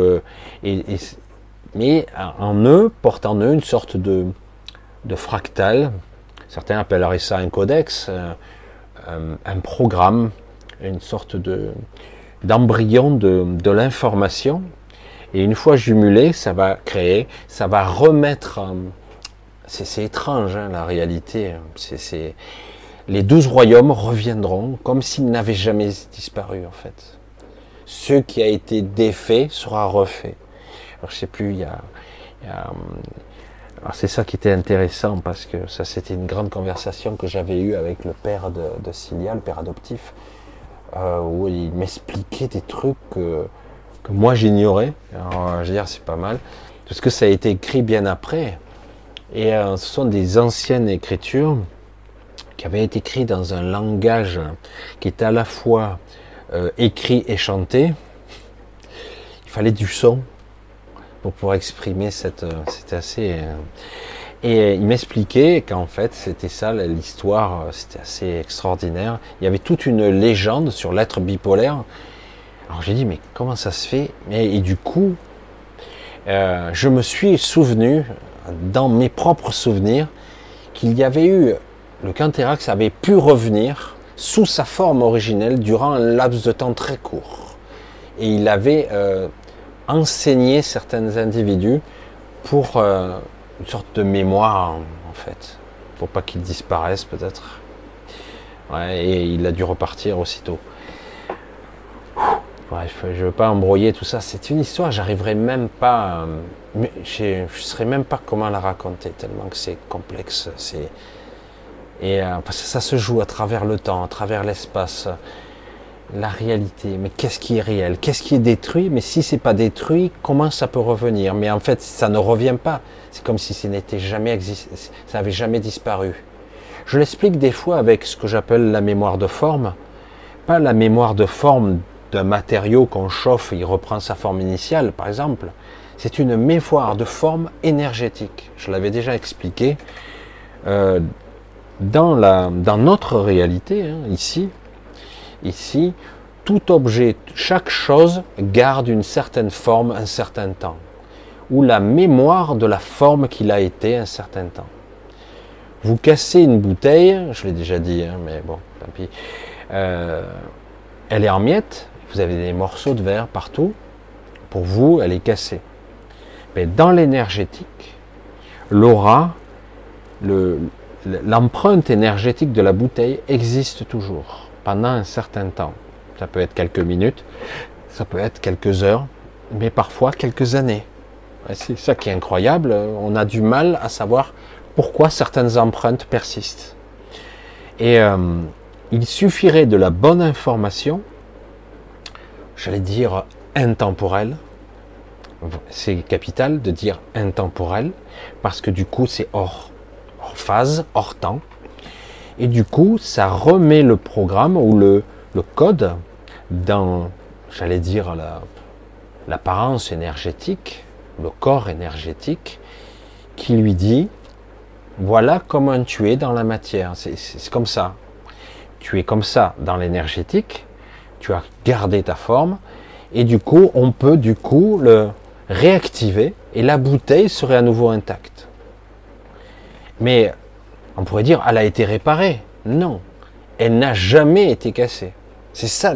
mais en eux, portent en eux une sorte de fractal. Certains appelleraient ça un codex, un programme, une sorte d'embryon de l'information. Et une fois jumelé, ça va créer, ça va remettre. C'est étrange, hein, la réalité. Les 12 royaumes reviendront comme s'ils n'avaient jamais disparu, en fait. Ce qui a été défait sera refait. Alors, je sais plus, alors c'est ça qui était intéressant, parce que ça, c'était une grande conversation que j'avais eue avec le père de Cilia, le père adoptif, où il m'expliquait des trucs que moi j'ignorais. Alors, je veux dire, c'est pas mal, parce que ça a été écrit bien après. Et ce sont des anciennes écritures qui avaient été écrites dans un langage qui est à la fois écrit et chanté. Il fallait du son pour pouvoir exprimer c'était assez. Et il m'expliquait qu'en fait c'était ça l'histoire, c'était assez extraordinaire. Il y avait toute une légende sur l'être bipolaire. Alors j'ai dit mais comment ça se fait? Et du coup, je me suis souvenu, dans mes propres souvenirs, qu'il y avait eu, le Canthérax avait pu revenir sous sa forme originelle durant un laps de temps très court. Et il avait enseigné certains individus pour une sorte de mémoire, en fait. Pour pas qu'ils disparaissent, peut-être. Ouais, et il a dû repartir aussitôt. Bref, je ne veux pas embrouiller tout ça. C'est une histoire, j'arriverai même pas. Je ne saurais même pas comment la raconter, tellement que c'est complexe. Parce que ça se joue à travers le temps, à travers l'espace, la réalité. Mais qu'est-ce qui est réel? Qu'est-ce qui est détruit? Mais si c'est pas détruit, comment ça peut revenir? Mais en fait, ça ne revient pas. C'est comme si ça n'était jamais existé, ça n'avait jamais disparu. Je l'explique des fois avec ce que j'appelle la mémoire de forme. Pas la mémoire de forme d'un matériau qu'on chauffe et il reprend sa forme initiale, par exemple. C'est une mémoire de forme énergétique. Je l'avais déjà expliqué. Dans notre réalité, hein, ici, tout objet, chaque chose garde une certaine forme un certain temps, ou la mémoire de la forme qu'il a été un certain temps. Vous cassez une bouteille, je l'ai déjà dit, hein, mais bon, tant pis, elle est en miettes, vous avez des morceaux de verre partout, pour vous, elle est cassée. Mais dans l'énergétique, l'aura, l'empreinte énergétique de la bouteille existe toujours, pendant un certain temps. Ça peut être quelques minutes, ça peut être quelques heures, mais parfois quelques années. C'est ça qui est incroyable, on a du mal à savoir pourquoi certaines empreintes persistent. Et il suffirait de la bonne information, j'allais dire intemporelle, c'est capital de dire intemporel, parce que du coup c'est hors phase, hors temps, et du coup ça remet le programme ou le code dans, j'allais dire, l'apparence énergétique, le corps énergétique, qui lui dit, voilà comment tu es dans la matière, c'est comme ça, tu es comme ça dans l'énergétique, tu as gardé ta forme, et du coup on peut le réactiver, et la bouteille serait à nouveau intacte. Mais on pourrait dire, elle a été réparée. Non, elle n'a jamais été cassée. C'est ça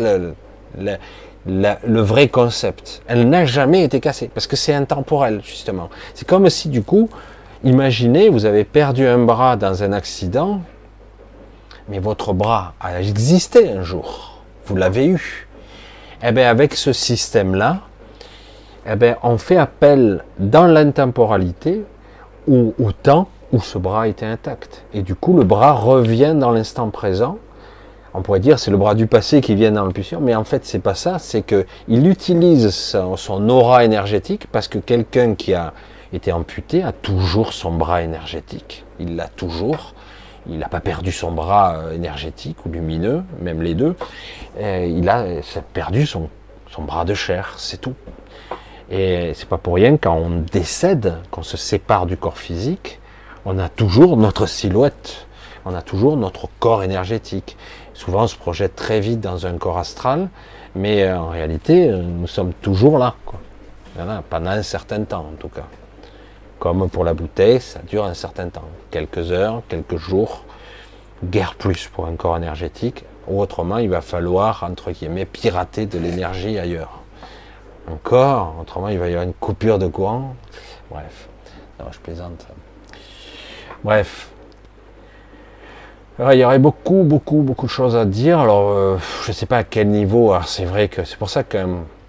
le vrai concept. Elle n'a jamais été cassée, parce que c'est intemporel, justement. C'est comme si, du coup, imaginez, vous avez perdu un bras dans un accident, mais votre bras a existé un jour. Vous l'avez eu. Eh bien, avec ce système-là, eh bien, on fait appel dans l'intemporalité ou au temps où ce bras était intact. Et du coup, le bras revient dans l'instant présent. On pourrait dire c'est le bras du passé qui vient dans l'impulsion, mais en fait, c'est pas ça. C'est qu'il utilise son aura énergétique, parce que quelqu'un qui a été amputé a toujours son bras énergétique. Il l'a toujours. il n'a pas perdu son bras énergétique ou lumineux, même les deux. Il a perdu son bras de chair, c'est tout. Et c'est pas pour rien quand on décède, qu'on se sépare du corps physique, on a toujours notre silhouette, on a toujours notre corps énergétique. Souvent on se projette très vite dans un corps astral, mais en réalité nous sommes toujours là, quoi. Voilà, pendant un certain temps en tout cas. Comme pour la bouteille, ça dure un certain temps, quelques heures, quelques jours, guère plus pour un corps énergétique, ou autrement il va falloir, entre guillemets, pirater de l'énergie ailleurs. Encore, autrement il va y avoir une coupure de courant. Bref, non, je plaisante. Bref. Alors, il y aurait beaucoup de choses à dire. Alors, je ne sais pas à quel niveau. Alors, c'est vrai que c'est pour ça que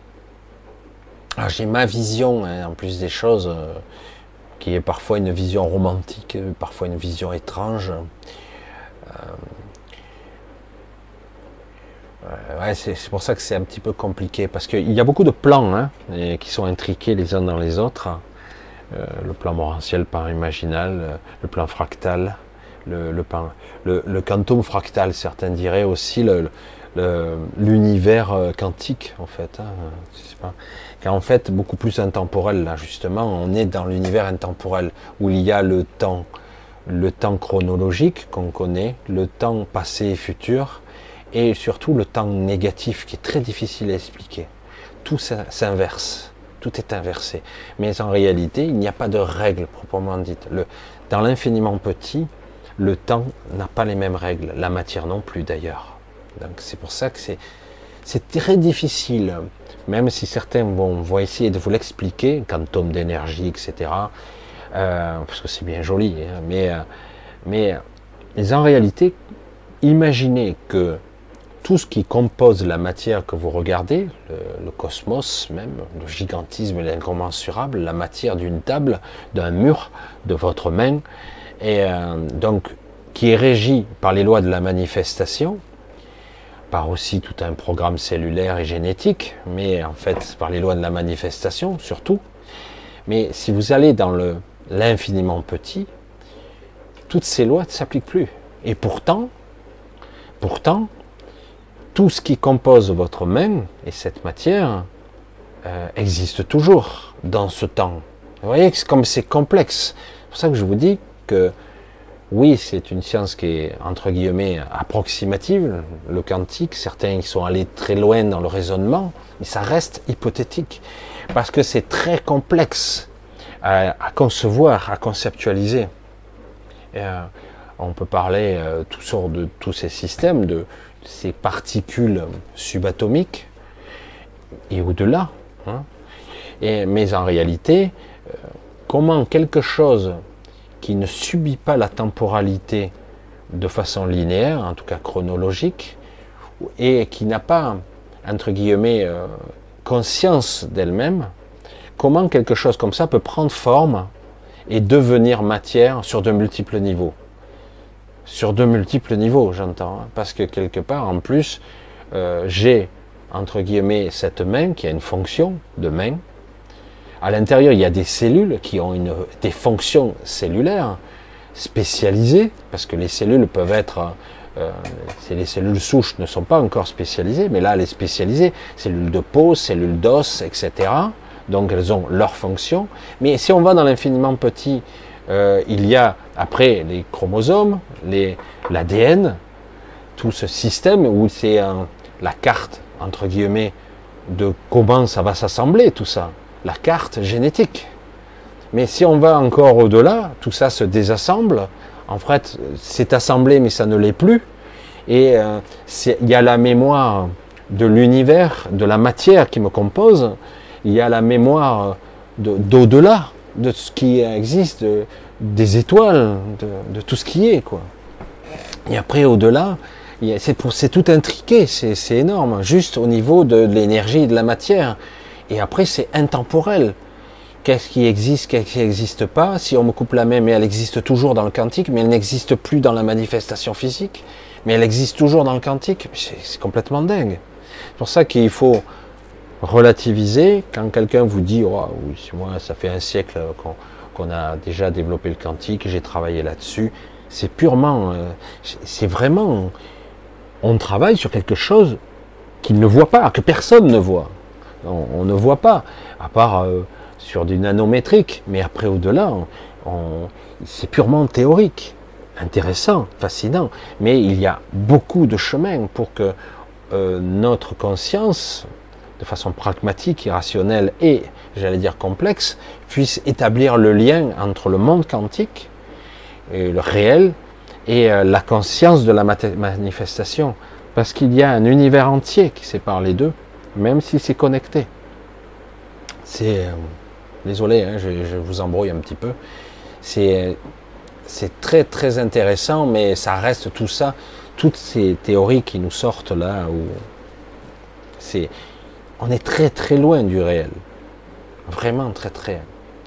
j'ai ma vision, hein, en plus des choses, qui est parfois une vision romantique, parfois une vision étrange. Ouais, c'est pour ça que c'est un petit peu compliqué, parce qu'il y a beaucoup de plans hein, qui sont intriqués les uns dans les autres. Le plan morantiel, le plan imaginal, le plan fractal, le quantum fractal, certains diraient aussi l'univers quantique, en fait. Hein, je sais pas. Car en fait, beaucoup plus intemporel, là, justement, on est dans l'univers intemporel, où il y a le temps chronologique qu'on connaît, le temps passé et futur, et surtout le temps négatif qui est très difficile à expliquer. Tout s'inverse, tout est inversé. Mais en réalité, il n'y a pas de règle proprement dite. Dans l'infiniment petit, le temps n'a pas les mêmes règles, la matière non plus d'ailleurs. Donc c'est pour ça que c'est très difficile, même si certains vont essayer de vous l'expliquer, quantum d'énergie, etc. Parce que c'est bien joli, hein, mais en réalité, imaginez que tout ce qui compose la matière que vous regardez, le cosmos même, le gigantisme et l'incommensurable, la matière d'une table, d'un mur, de votre main, et donc qui est régi par les lois de la manifestation, par aussi tout un programme cellulaire et génétique, mais en fait par les lois de la manifestation surtout. Mais si vous allez dans l'infiniment petit, toutes ces lois ne s'appliquent plus. Et pourtant, tout ce qui compose votre main et cette matière existe toujours dans ce temps. Vous voyez que comme c'est complexe. C'est pour ça que je vous dis que oui, c'est une science qui est entre guillemets approximative, le quantique. Certains qui sont allés très loin dans le raisonnement, mais ça reste hypothétique parce que c'est très complexe à concevoir, à conceptualiser. On peut parler de tous ces systèmes, de ces particules subatomiques et au-delà. Hein. Mais en réalité, comment quelque chose qui ne subit pas la temporalité de façon linéaire, en tout cas chronologique, et qui n'a pas, entre guillemets, conscience d'elle-même, comment quelque chose comme ça peut prendre forme et devenir matière sur de multiples niveaux. Sur de multiples niveaux, j'entends, hein, parce que quelque part, en plus, j'ai, entre guillemets, cette main qui a une fonction de main. À l'intérieur, il y a des cellules qui ont des fonctions cellulaires spécialisées, parce que les cellules peuvent être, les cellules souches ne sont pas encore spécialisées, mais là, elle est spécialisée, cellules de peau, cellules d'os, etc. Donc, elles ont leurs fonctions. Mais si on va dans l'infiniment petit, il y a après les chromosomes, l'ADN, tout ce système où c'est la carte, entre guillemets, de comment ça va s'assembler tout ça, la carte génétique. Mais si on va encore au-delà, tout ça se désassemble, en fait c'est assemblé mais ça ne l'est plus, et il y a la mémoire de l'univers, de la matière qui me compose, il y a la mémoire d'au-delà, de ce qui existe, des étoiles, de tout ce qui est, quoi. Et après, au-delà, c'est tout intriqué, c'est énorme, juste au niveau de l'énergie et de la matière. Et après, c'est intemporel. Qu'est-ce qui existe, qu'est-ce qui n'existe pas? Si on me coupe la main, mais elle existe toujours dans le quantique, mais elle n'existe plus dans la manifestation physique, mais elle existe toujours dans le quantique, c'est complètement dingue. C'est pour ça qu'il faut relativiser. Quand quelqu'un vous dit oh, oui, moi ça fait un siècle qu'on a déjà développé le quantique, j'ai travaillé là-dessus, C'est purement, c'est vraiment, on travaille sur quelque chose qu'ils ne voient pas, que personne ne voit. On ne voit pas, à part sur du nanométrique, mais après au-delà, c'est purement théorique, intéressant, fascinant, mais il y a beaucoup de chemins pour que notre conscience, de façon pragmatique, irrationnelle et, j'allais dire, complexe, puisse établir le lien entre le monde quantique, et le réel, et la conscience de la manifestation. Parce qu'il y a un univers entier qui sépare les deux, même si c'est connecté. C'est... désolé, hein, je vous embrouille un petit peu. C'est très très intéressant, mais ça reste tout ça, toutes ces théories qui nous sortent là, où on est très très loin du réel. Vraiment très très.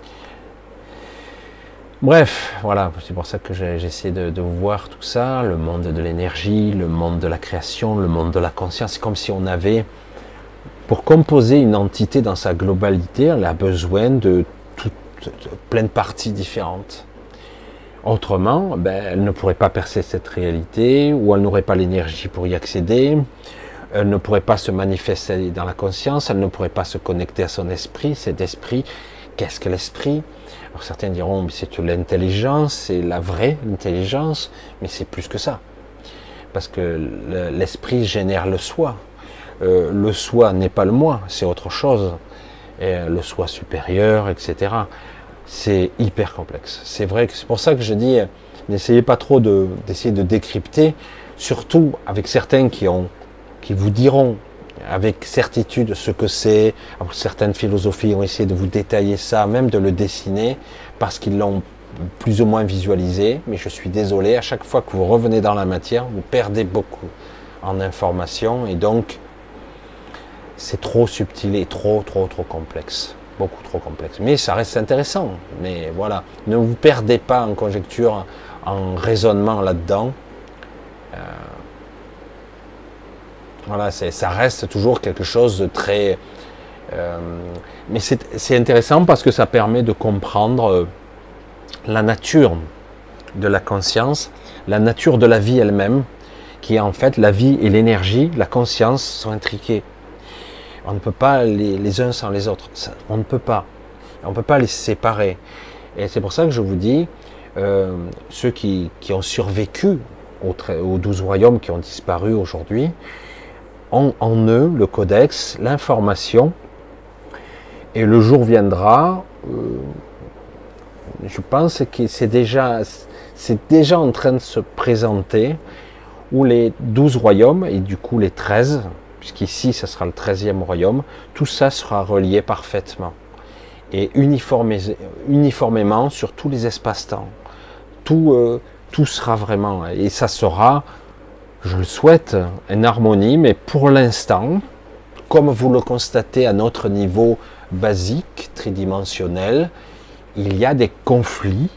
Bref, voilà, c'est pour ça que j'essaie de voir tout ça, le monde de l'énergie, le monde de la création, le monde de la conscience. C'est comme si on avait, pour composer une entité dans sa globalité, elle a besoin de plein de parties différentes. Autrement, elle ne pourrait pas percer cette réalité, ou elle n'aurait pas l'énergie pour y accéder, elle ne pourrait pas se manifester dans la conscience, elle ne pourrait pas se connecter à son esprit. Cet esprit, qu'est-ce que l'esprit? Alors certains diront, mais c'est l'intelligence, c'est la vraie intelligence, mais c'est plus que ça. Parce que l'esprit génère le soi. Le soi n'est pas le moi, c'est autre chose. Et le soi supérieur, etc. C'est hyper complexe. C'est vrai que c'est pour ça que je dis, n'essayez pas trop d'essayer de décrypter, surtout avec certains qui vous diront avec certitude ce que c'est. Certaines philosophies ont essayé de vous détailler ça, même de le dessiner, parce qu'ils l'ont plus ou moins visualisé. Mais je suis désolé, à chaque fois que vous revenez dans la matière, vous perdez beaucoup en information, et donc c'est trop subtil et trop complexe. Beaucoup trop complexe. Mais ça reste intéressant. Mais voilà, ne vous perdez pas en conjecture, en raisonnement là-dedans. Voilà, ça reste toujours quelque chose de très... mais c'est intéressant parce que ça permet de comprendre la nature de la conscience, la nature de la vie elle-même, qui est en fait la vie et l'énergie, la conscience sont intriquées. On ne peut pas les uns sans les autres. On ne peut pas. On ne peut pas les séparer. Et c'est pour ça que je vous dis, ceux qui ont survécu aux 12 royaumes qui ont disparu aujourd'hui, ont en eux le codex, l'information, et le jour viendra, je pense que c'est déjà en train de se présenter, où les 12 royaumes, et du coup les 13, puisqu'ici ça sera le 13e royaume, tout ça sera relié parfaitement, et uniformément sur tous les espaces-temps. Tout sera vraiment, et ça sera, je le souhaite, une harmonie, mais pour l'instant, comme vous le constatez à notre niveau basique, tridimensionnel, il y a des conflits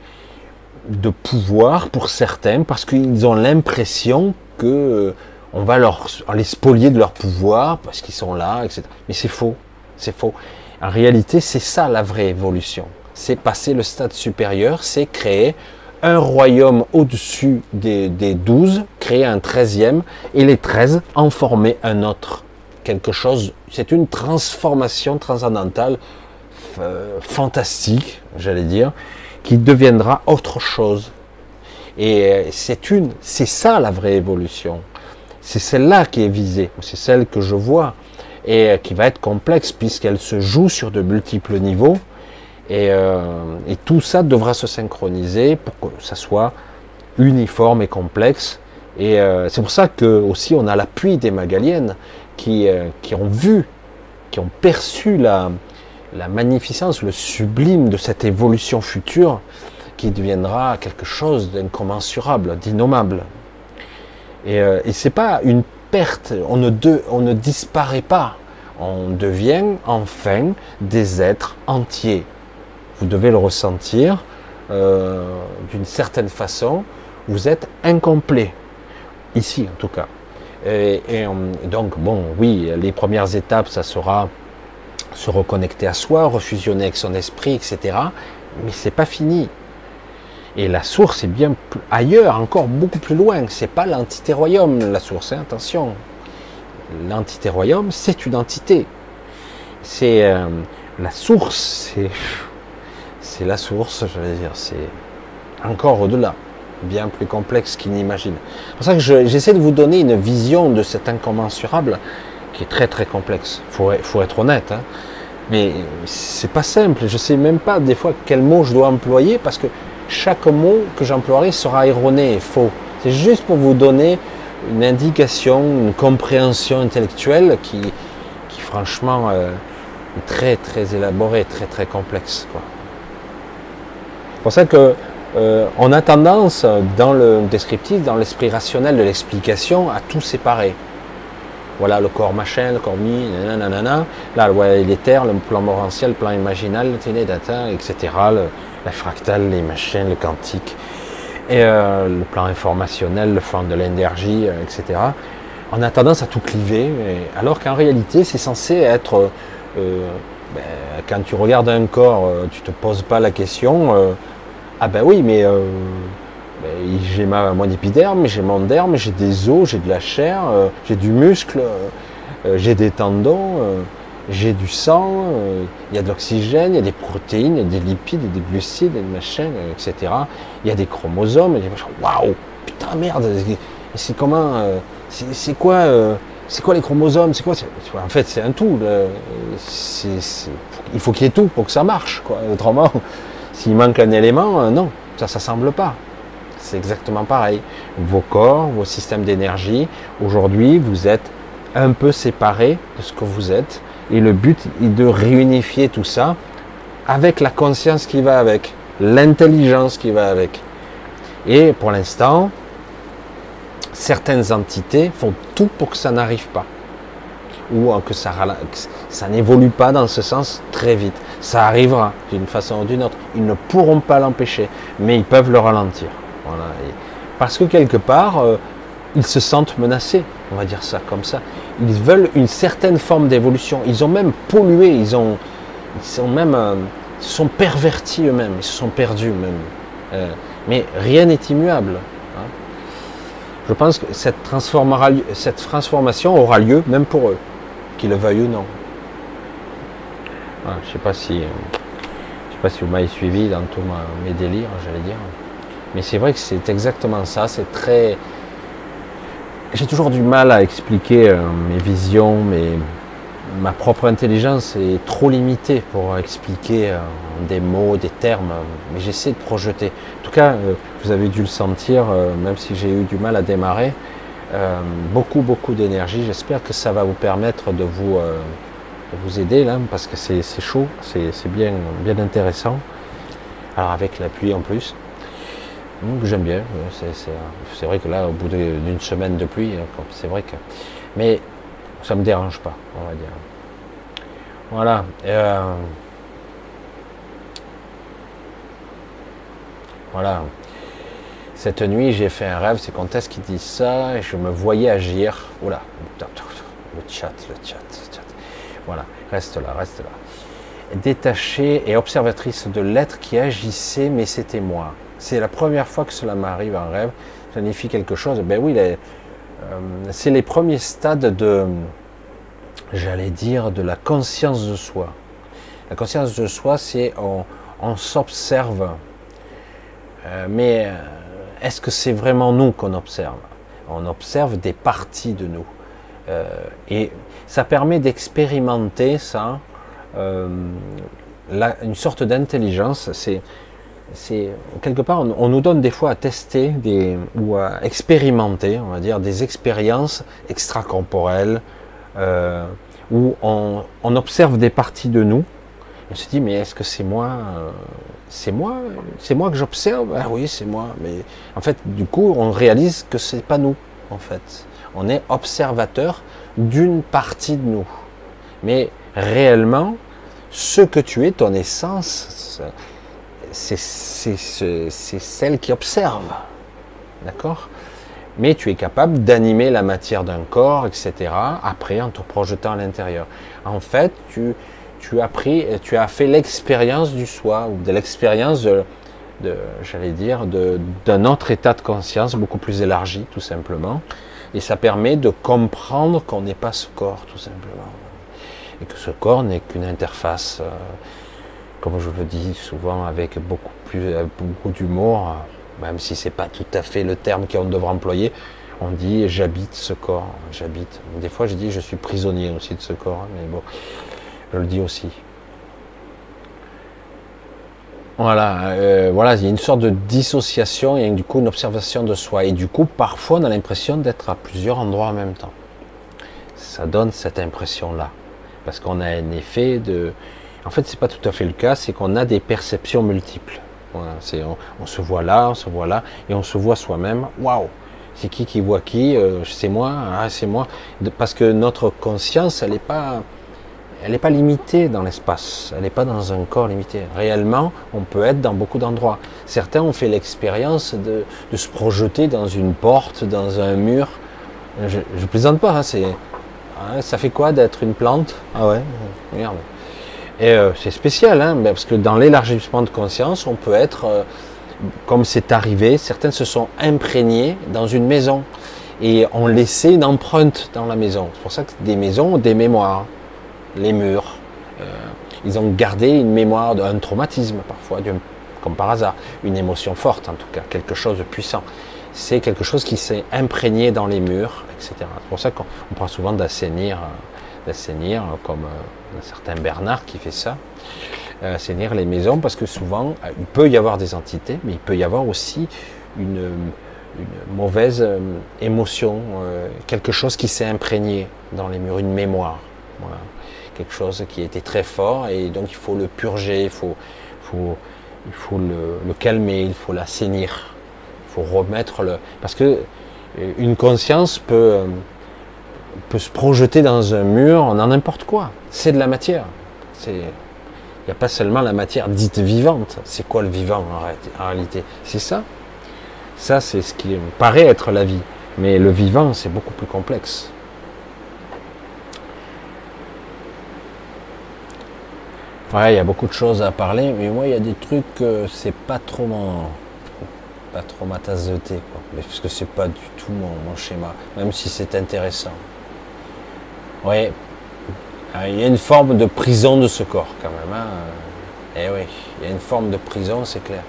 de pouvoir pour certains, parce qu'ils ont l'impression que on va les spolier de leur pouvoir, parce qu'ils sont là, etc. Mais c'est faux, c'est faux. En réalité, c'est ça la vraie évolution. C'est passer le stade supérieur, c'est créer un royaume au-dessus des 12, créer un 13e, et les 13 en former un autre. Quelque chose, c'est une transformation transcendantale fantastique, j'allais dire, qui deviendra autre chose. Et c'est ça la vraie évolution. C'est celle-là qui est visée, c'est celle que je vois, et qui va être complexe puisqu'elle se joue sur de multiples niveaux. Et tout ça devra se synchroniser pour que ça soit uniforme et complexe. Et c'est pour ça que aussi on a l'appui des Magaliennes qui ont vu, qui ont perçu la magnificence, le sublime de cette évolution future qui deviendra quelque chose d'incommensurable, d'innommable. Et c'est pas une perte, on ne disparaît pas, on devient enfin des êtres entiers. Vous devez le ressentir d'une certaine façon, vous êtes incomplet, ici en tout cas. Donc bon, oui, les premières étapes, ça sera se reconnecter à soi, refusionner avec son esprit, etc. Mais c'est pas fini. Et la source est bien ailleurs, encore beaucoup plus loin. C'est pas l'antiterroyum, la source, hein, attention. L'antiterroyum, c'est une entité. C'est la source, c'est la source, j'allais dire, c'est encore au-delà, bien plus complexe qu'il n'imagine. C'est pour ça que j'essaie de vous donner une vision de cet incommensurable qui est très très complexe. Faut être honnête, hein. Mais c'est pas simple. Je sais même pas des fois quel mot je dois employer parce que chaque mot que j'emploierai sera erroné et faux. C'est juste pour vous donner une indication, une compréhension intellectuelle qui franchement est très très élaborée, très très complexe, quoi. C'est pour ça que on a tendance dans le descriptif, dans l'esprit rationnel de l'explication, à tout séparer. Voilà le corps machin, le corps mi, nanana, là ouais, l'éther, le plan morantiel, le plan imaginal, etc. La fractale, les machins, le quantique, et le plan informationnel, le plan de l'énergie, etc. On a tendance à tout cliver, alors qu'en réalité c'est censé être, quand tu regardes un corps, tu te poses pas la question, ah ben oui, mais j'ai mon épiderme, j'ai mon derme, j'ai des os, j'ai de la chair, j'ai du muscle, j'ai des tendons, j'ai du sang, il y a de l'oxygène, il y a des protéines, il y a des lipides, il y a des glucides, des machins, etc. Il y a des chromosomes, waouh, putain merde, c'est comment, c'est quoi les chromosomes, c'est quoi, en fait c'est un tout, il faut qu'il y ait tout pour que ça marche, quoi. Autrement, s'il manque un élément, non, ça s'assemble pas. C'est exactement pareil. Vos corps, vos systèmes d'énergie, aujourd'hui, vous êtes un peu séparés de ce que vous êtes. Et le but est de réunifier tout ça avec la conscience qui va avec, l'intelligence qui va avec. Et pour l'instant, certaines entités font tout pour que ça n'arrive pas. Ou que ça n'évolue pas dans ce sens très vite. Ça arrivera d'une façon ou d'une autre. Ils ne pourront pas l'empêcher, mais ils peuvent le ralentir. Voilà. Parce que quelque part, ils se sentent menacés, on va dire ça comme ça. Ils veulent une certaine forme d'évolution. Ils ont même pollué, ils se sont pervertis eux-mêmes, ils se sont perdus eux-mêmes. Mais rien n'est immuable. Hein. Je pense que cette transformation aura lieu même pour eux, qu'ils le veuillent ou non. Voilà, je ne sais pas si vous m'avez suivi dans tous mes délires, j'allais dire. Mais c'est vrai que c'est exactement ça, c'est très... J'ai toujours du mal à expliquer mes visions, ma propre intelligence est trop limitée pour expliquer des mots, des termes, mais j'essaie de projeter. En tout cas, vous avez dû le sentir, même si j'ai eu du mal à démarrer, beaucoup d'énergie. J'espère que ça va vous permettre de vous aider là, parce que c'est chaud, c'est bien intéressant. Alors avec la pluie en plus. J'aime bien, c'est vrai que là, au bout d'une semaine de pluie, c'est vrai que... Mais ça ne me dérange pas, on va dire. Voilà. Voilà. Cette nuit, j'ai fait un rêve, c'est quand est-ce qu'il dit ça, et je me voyais agir. Oula, le chat. Voilà, reste là. Détachée et observatrice de l'être qui agissait, mais c'était moi. C'est la première fois que cela m'arrive en rêve. Ça signifie quelque chose. Ben oui, c'est les premiers stades j'allais dire, de la conscience de soi. La conscience de soi, c'est on s'observe. Mais est-ce que c'est vraiment nous qu'on observe? On observe des parties de nous. Et ça permet d'expérimenter ça, une sorte d'intelligence. C'est quelque part, on nous donne des fois à tester ou à expérimenter, on va dire, des expériences extracorporelles où on observe des parties de nous. On se dit, mais est-ce que c'est moi c'est moi que j'observe? Ah oui, c'est moi. Mais en fait, du coup, on réalise que c'est pas nous. En fait, on est observateur d'une partie de nous. Mais réellement, ce que tu es, ton essence, c'est celle qui observe, d'accord? Mais tu es capable d'animer la matière d'un corps, etc. après en te projetant à l'intérieur. En fait, tu as fait l'expérience du soi ou de l'expérience j'allais dire, d'un autre état de conscience beaucoup plus élargi, tout simplement. Et ça permet de comprendre qu'on n'est pas ce corps, tout simplement. Et que ce corps n'est qu'une interface, comme je le dis souvent, avec beaucoup d'humour, même si c'est pas tout à fait le terme qu'on devrait employer. On dit j'habite ce corps, j'habite. Des fois je dis je suis prisonnier aussi de ce corps, mais bon, je le dis aussi. Voilà, voilà, il y a une sorte de dissociation et du coup une observation de soi. Et du coup, parfois on a l'impression d'être à plusieurs endroits en même temps. Ça donne cette impression-là. Parce qu'on a un effet de... En fait, c'est pas tout à fait le cas, c'est qu'on a des perceptions multiples. Voilà, on se voit là, et on se voit soi-même. Waouh! C'est qui voit qui? C'est moi, ah, c'est moi. Parce que notre conscience, elle n'est pas limitée dans l'espace. Elle n'est pas dans un corps limité. Réellement, on peut être dans beaucoup d'endroits. Certains ont fait l'expérience de se projeter dans une porte, dans un mur. Je plaisante pas, ça fait quoi d'être une plante? Ah ouais, merde. Et c'est spécial, parce que dans l'élargissement de conscience, on peut être, comme c'est arrivé, certains se sont imprégnés dans une maison et ont laissé une empreinte dans la maison. C'est pour ça que des maisons ont des mémoires. Les murs, ils ont gardé une mémoire d'un traumatisme parfois, comme par hasard, une émotion forte en tout cas, quelque chose de puissant. C'est quelque chose qui s'est imprégné dans les murs, etc. C'est pour ça qu'on parle souvent d'assainir, comme un certain Bernard qui fait ça, assainir les maisons, parce que souvent, il peut y avoir des entités, mais il peut y avoir aussi une mauvaise émotion, quelque chose qui s'est imprégné dans les murs, une mémoire. Voilà. Quelque chose qui était très fort et donc il faut le purger, il faut le calmer, il faut l'assainir, il faut remettre parce que une conscience peut se projeter dans un mur, dans n'importe quoi. C'est de la matière. Il n'y a pas seulement la matière dite vivante. C'est quoi le vivant en réalité? C'est ça. Ça, c'est ce qui paraît être la vie. Mais le vivant, c'est beaucoup plus complexe. Ouais, il y a beaucoup de choses à parler, mais moi, il y a des trucs, c'est pas trop ma tasse de thé, quoi. Mais parce que c'est pas du tout mon schéma, même si c'est intéressant. Ouais, il y a une forme de prison de ce corps, quand même. Eh oui, il y a une forme de prison, c'est clair.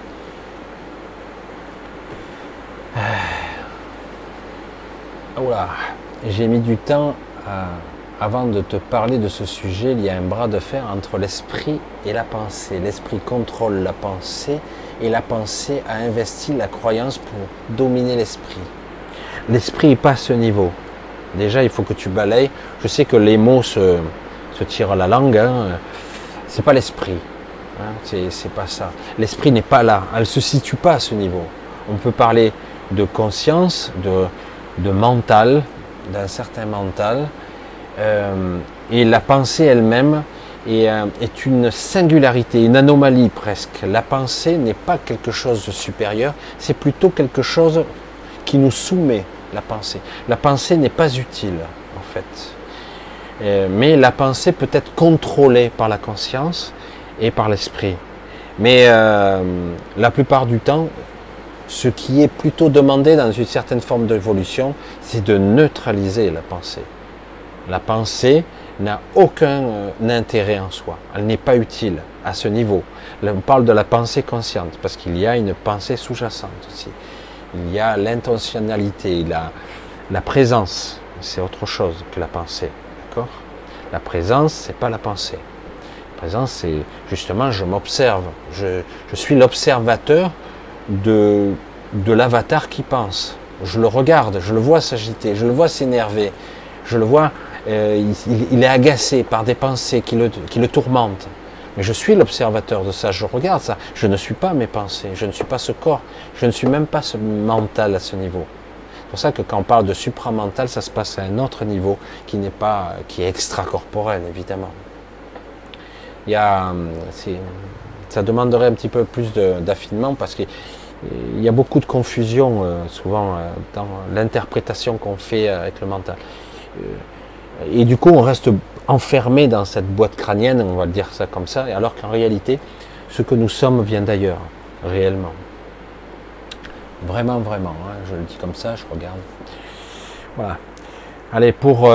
Oula, j'ai mis du temps avant de te parler de ce sujet. Il y a un bras de fer entre l'esprit et la pensée. L'esprit contrôle la pensée et la pensée a investi la croyance pour dominer l'esprit. L'esprit n'est pas à ce niveau. Déjà, il faut que tu balayes. Je sais que les mots se tirent la langue. C'est pas l'esprit. C'est pas ça. L'esprit n'est pas là. Elle se situe pas à ce niveau. On peut parler de conscience, de mental, d'un certain mental. Et la pensée elle-même est une singularité, une anomalie presque. La pensée n'est pas quelque chose de supérieur, c'est plutôt quelque chose qui nous soumet, la pensée. La pensée n'est pas utile, en fait. Mais la pensée peut être contrôlée par la conscience et par l'esprit. Mais la plupart du temps, ce qui est plutôt demandé dans une certaine forme d'évolution, c'est de neutraliser la pensée. La pensée n'a aucun intérêt en soi. Elle n'est pas utile à ce niveau. Là, on parle de la pensée consciente parce qu'il y a une pensée sous-jacente aussi. Il y a l'intentionnalité, la présence. C'est autre chose que la pensée. D'accord ? La présence, c'est pas la pensée. La présence, c'est justement, je m'observe. Je suis l'observateur de l'avatar qui pense. Je le regarde, je le vois s'agiter, je le vois s'énerver, je le vois, il est agacé par des pensées qui le tourmentent. Mais je suis l'observateur de ça, je regarde ça. Je ne suis pas mes pensées, je ne suis pas ce corps, je ne suis même pas ce mental à ce niveau. C'est pour ça que quand on parle de supramental, ça se passe à un autre niveau qui est extracorporel, évidemment. Ça demanderait un petit peu plus d'affinement parce qu'il y a beaucoup de confusion souvent dans l'interprétation qu'on fait avec le mental. Et du coup, on reste enfermé dans cette boîte crânienne, on va le dire ça comme ça, alors qu'en réalité, ce que nous sommes vient d'ailleurs. réellement. Vraiment, vraiment, hein, je le dis comme ça, je regarde. Voilà. Allez, pour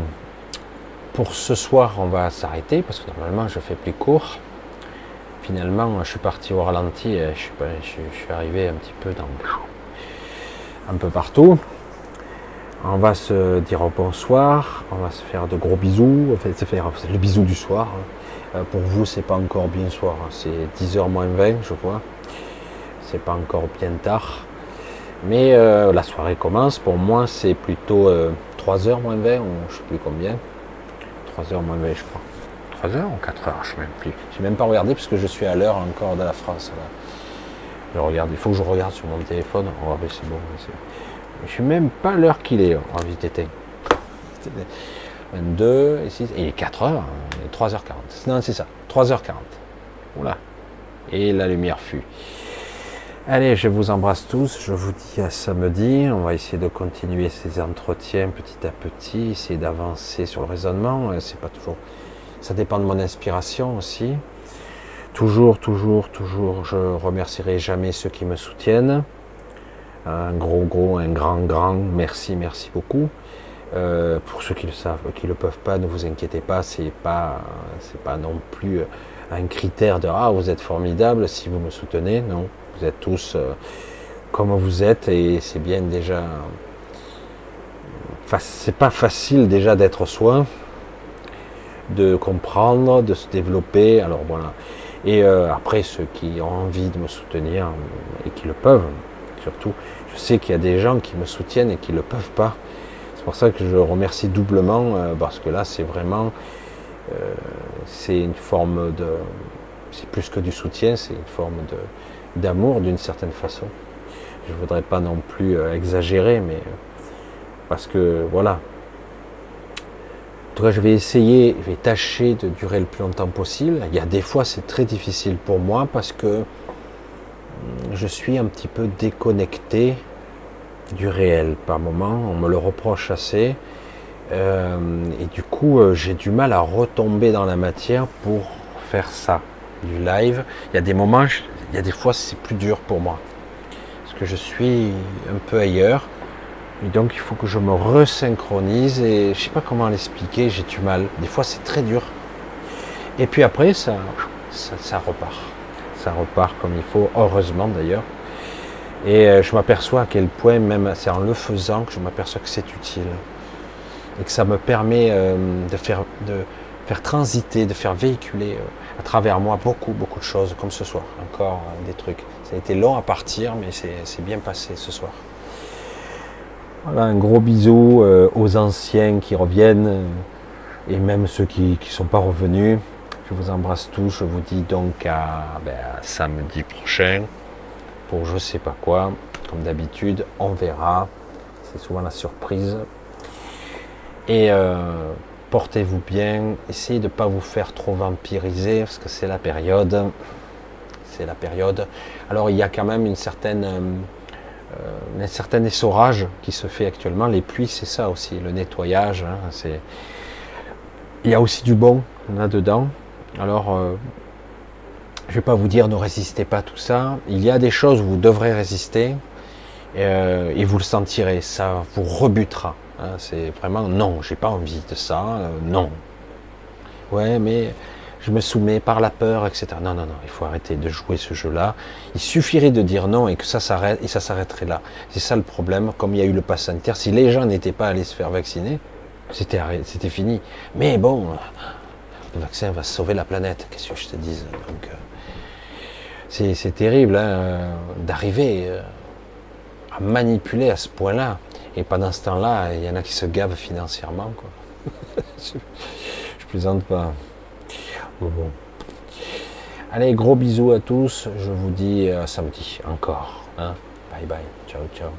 ce soir, on va s'arrêter, parce que normalement, je fais plus court. Finalement, je suis parti au ralenti, je suis arrivé un petit peu un peu partout. On va se dire au bonsoir, on va se faire de gros bisous, en fait, se faire le bisou du soir. Pour vous, c'est pas encore bien soir, hein. C'est 10h moins 20, je vois. C'est pas encore bien tard. Mais la soirée commence. Pour moi, c'est plutôt 3h moins 20, ou je sais plus combien. 3h moins 20, je crois. 3h ou 4h, je ne sais même plus. Je n'ai même pas regardé parce que je suis à l'heure encore de la France. Là. Je regarde, il faut que je regarde sur mon téléphone. Oh, mais c'est bon. Je suis même pas l'heure qu'il est en VTT. 22, ici, il est 4h, hein, 3h40. Non, c'est ça, 3h40. Voilà. Et la lumière fut. Allez, je vous embrasse tous. Je vous dis à samedi. On va essayer de continuer ces entretiens petit à petit, essayer d'avancer sur le raisonnement. C'est pas toujours. Ça dépend de mon inspiration aussi. Toujours, je remercierai jamais ceux qui me soutiennent. Un un grand merci beaucoup. Pour ceux qui le savent, qui le peuvent pas, ne vous inquiétez pas, c'est pas non plus un critère de ah vous êtes formidable si vous me soutenez. Non, vous êtes tous comme vous êtes et c'est bien déjà. C'est pas facile déjà d'être soi, de comprendre, de se développer. Alors voilà. Et après ceux qui ont envie de me soutenir et qui le peuvent, surtout, je sais qu'il y a des gens qui me soutiennent et qui le peuvent pas. C'est pour ça que je remercie doublement parce que là c'est vraiment c'est une forme de c'est plus que du soutien, c'est une forme d'amour d'une certaine façon. Je voudrais pas non plus exagérer, mais parce que voilà. En tout cas, je vais tâcher de durer le plus longtemps possible. Il y a des fois, c'est très difficile pour moi parce que je suis un petit peu déconnecté du réel par moment. On me le reproche assez. Et du coup, j'ai du mal à retomber dans la matière pour faire ça, du live. Il y a des moments, il y a des fois, c'est plus dur pour moi. Parce que je suis un peu ailleurs. Et donc il faut que je me resynchronise et je sais pas comment l'expliquer, j'ai du mal. Des fois c'est très dur. Et puis après ça repart. Ça repart comme il faut, heureusement d'ailleurs. Et je m'aperçois à quel point, même c'est en le faisant que je m'aperçois que c'est utile. Et que ça me permet de faire transiter, de faire véhiculer à travers moi beaucoup de choses, comme ce soir. Encore des trucs. Ça a été long à partir, mais c'est bien passé ce soir. Voilà, un gros bisou aux anciens qui reviennent et même ceux qui ne sont pas revenus. Je vous embrasse tous. Je vous dis donc à samedi prochain pour je sais pas quoi. Comme d'habitude, on verra. C'est souvent la surprise. Et portez-vous bien. Essayez de ne pas vous faire trop vampiriser parce que c'est la période. C'est la période. Alors il y a quand même un certain essorage qui se fait actuellement. Les pluies, c'est ça aussi, le nettoyage. Hein, il y a aussi du bon là-dedans. Alors, je ne vais pas vous dire ne résistez pas à tout ça. Il y a des choses où vous devrez résister et vous le sentirez. Ça vous rebutera. Hein, c'est vraiment non, j'ai pas envie de ça. Non. Ouais, mais je me soumets par la peur, etc. Non, il faut arrêter de jouer ce jeu-là. Il suffirait de dire non et que ça s'arrête, et ça s'arrêterait là. C'est ça le problème, comme il y a eu le pass sanitaire, si les gens n'étaient pas allés se faire vacciner, c'était fini. Mais bon, le vaccin va sauver la planète, qu'est-ce que je te dise. Donc, c'est terrible hein, d'arriver à manipuler à ce point-là. Et pendant ce temps-là, il y en a qui se gavent financièrement, quoi. Je plaisante pas. Bon. Allez, gros bisous à tous. Je vous dis à samedi encore. Hein. Bye bye. Ciao, ciao.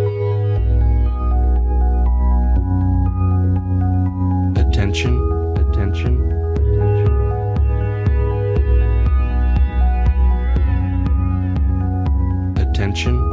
Attention, attention.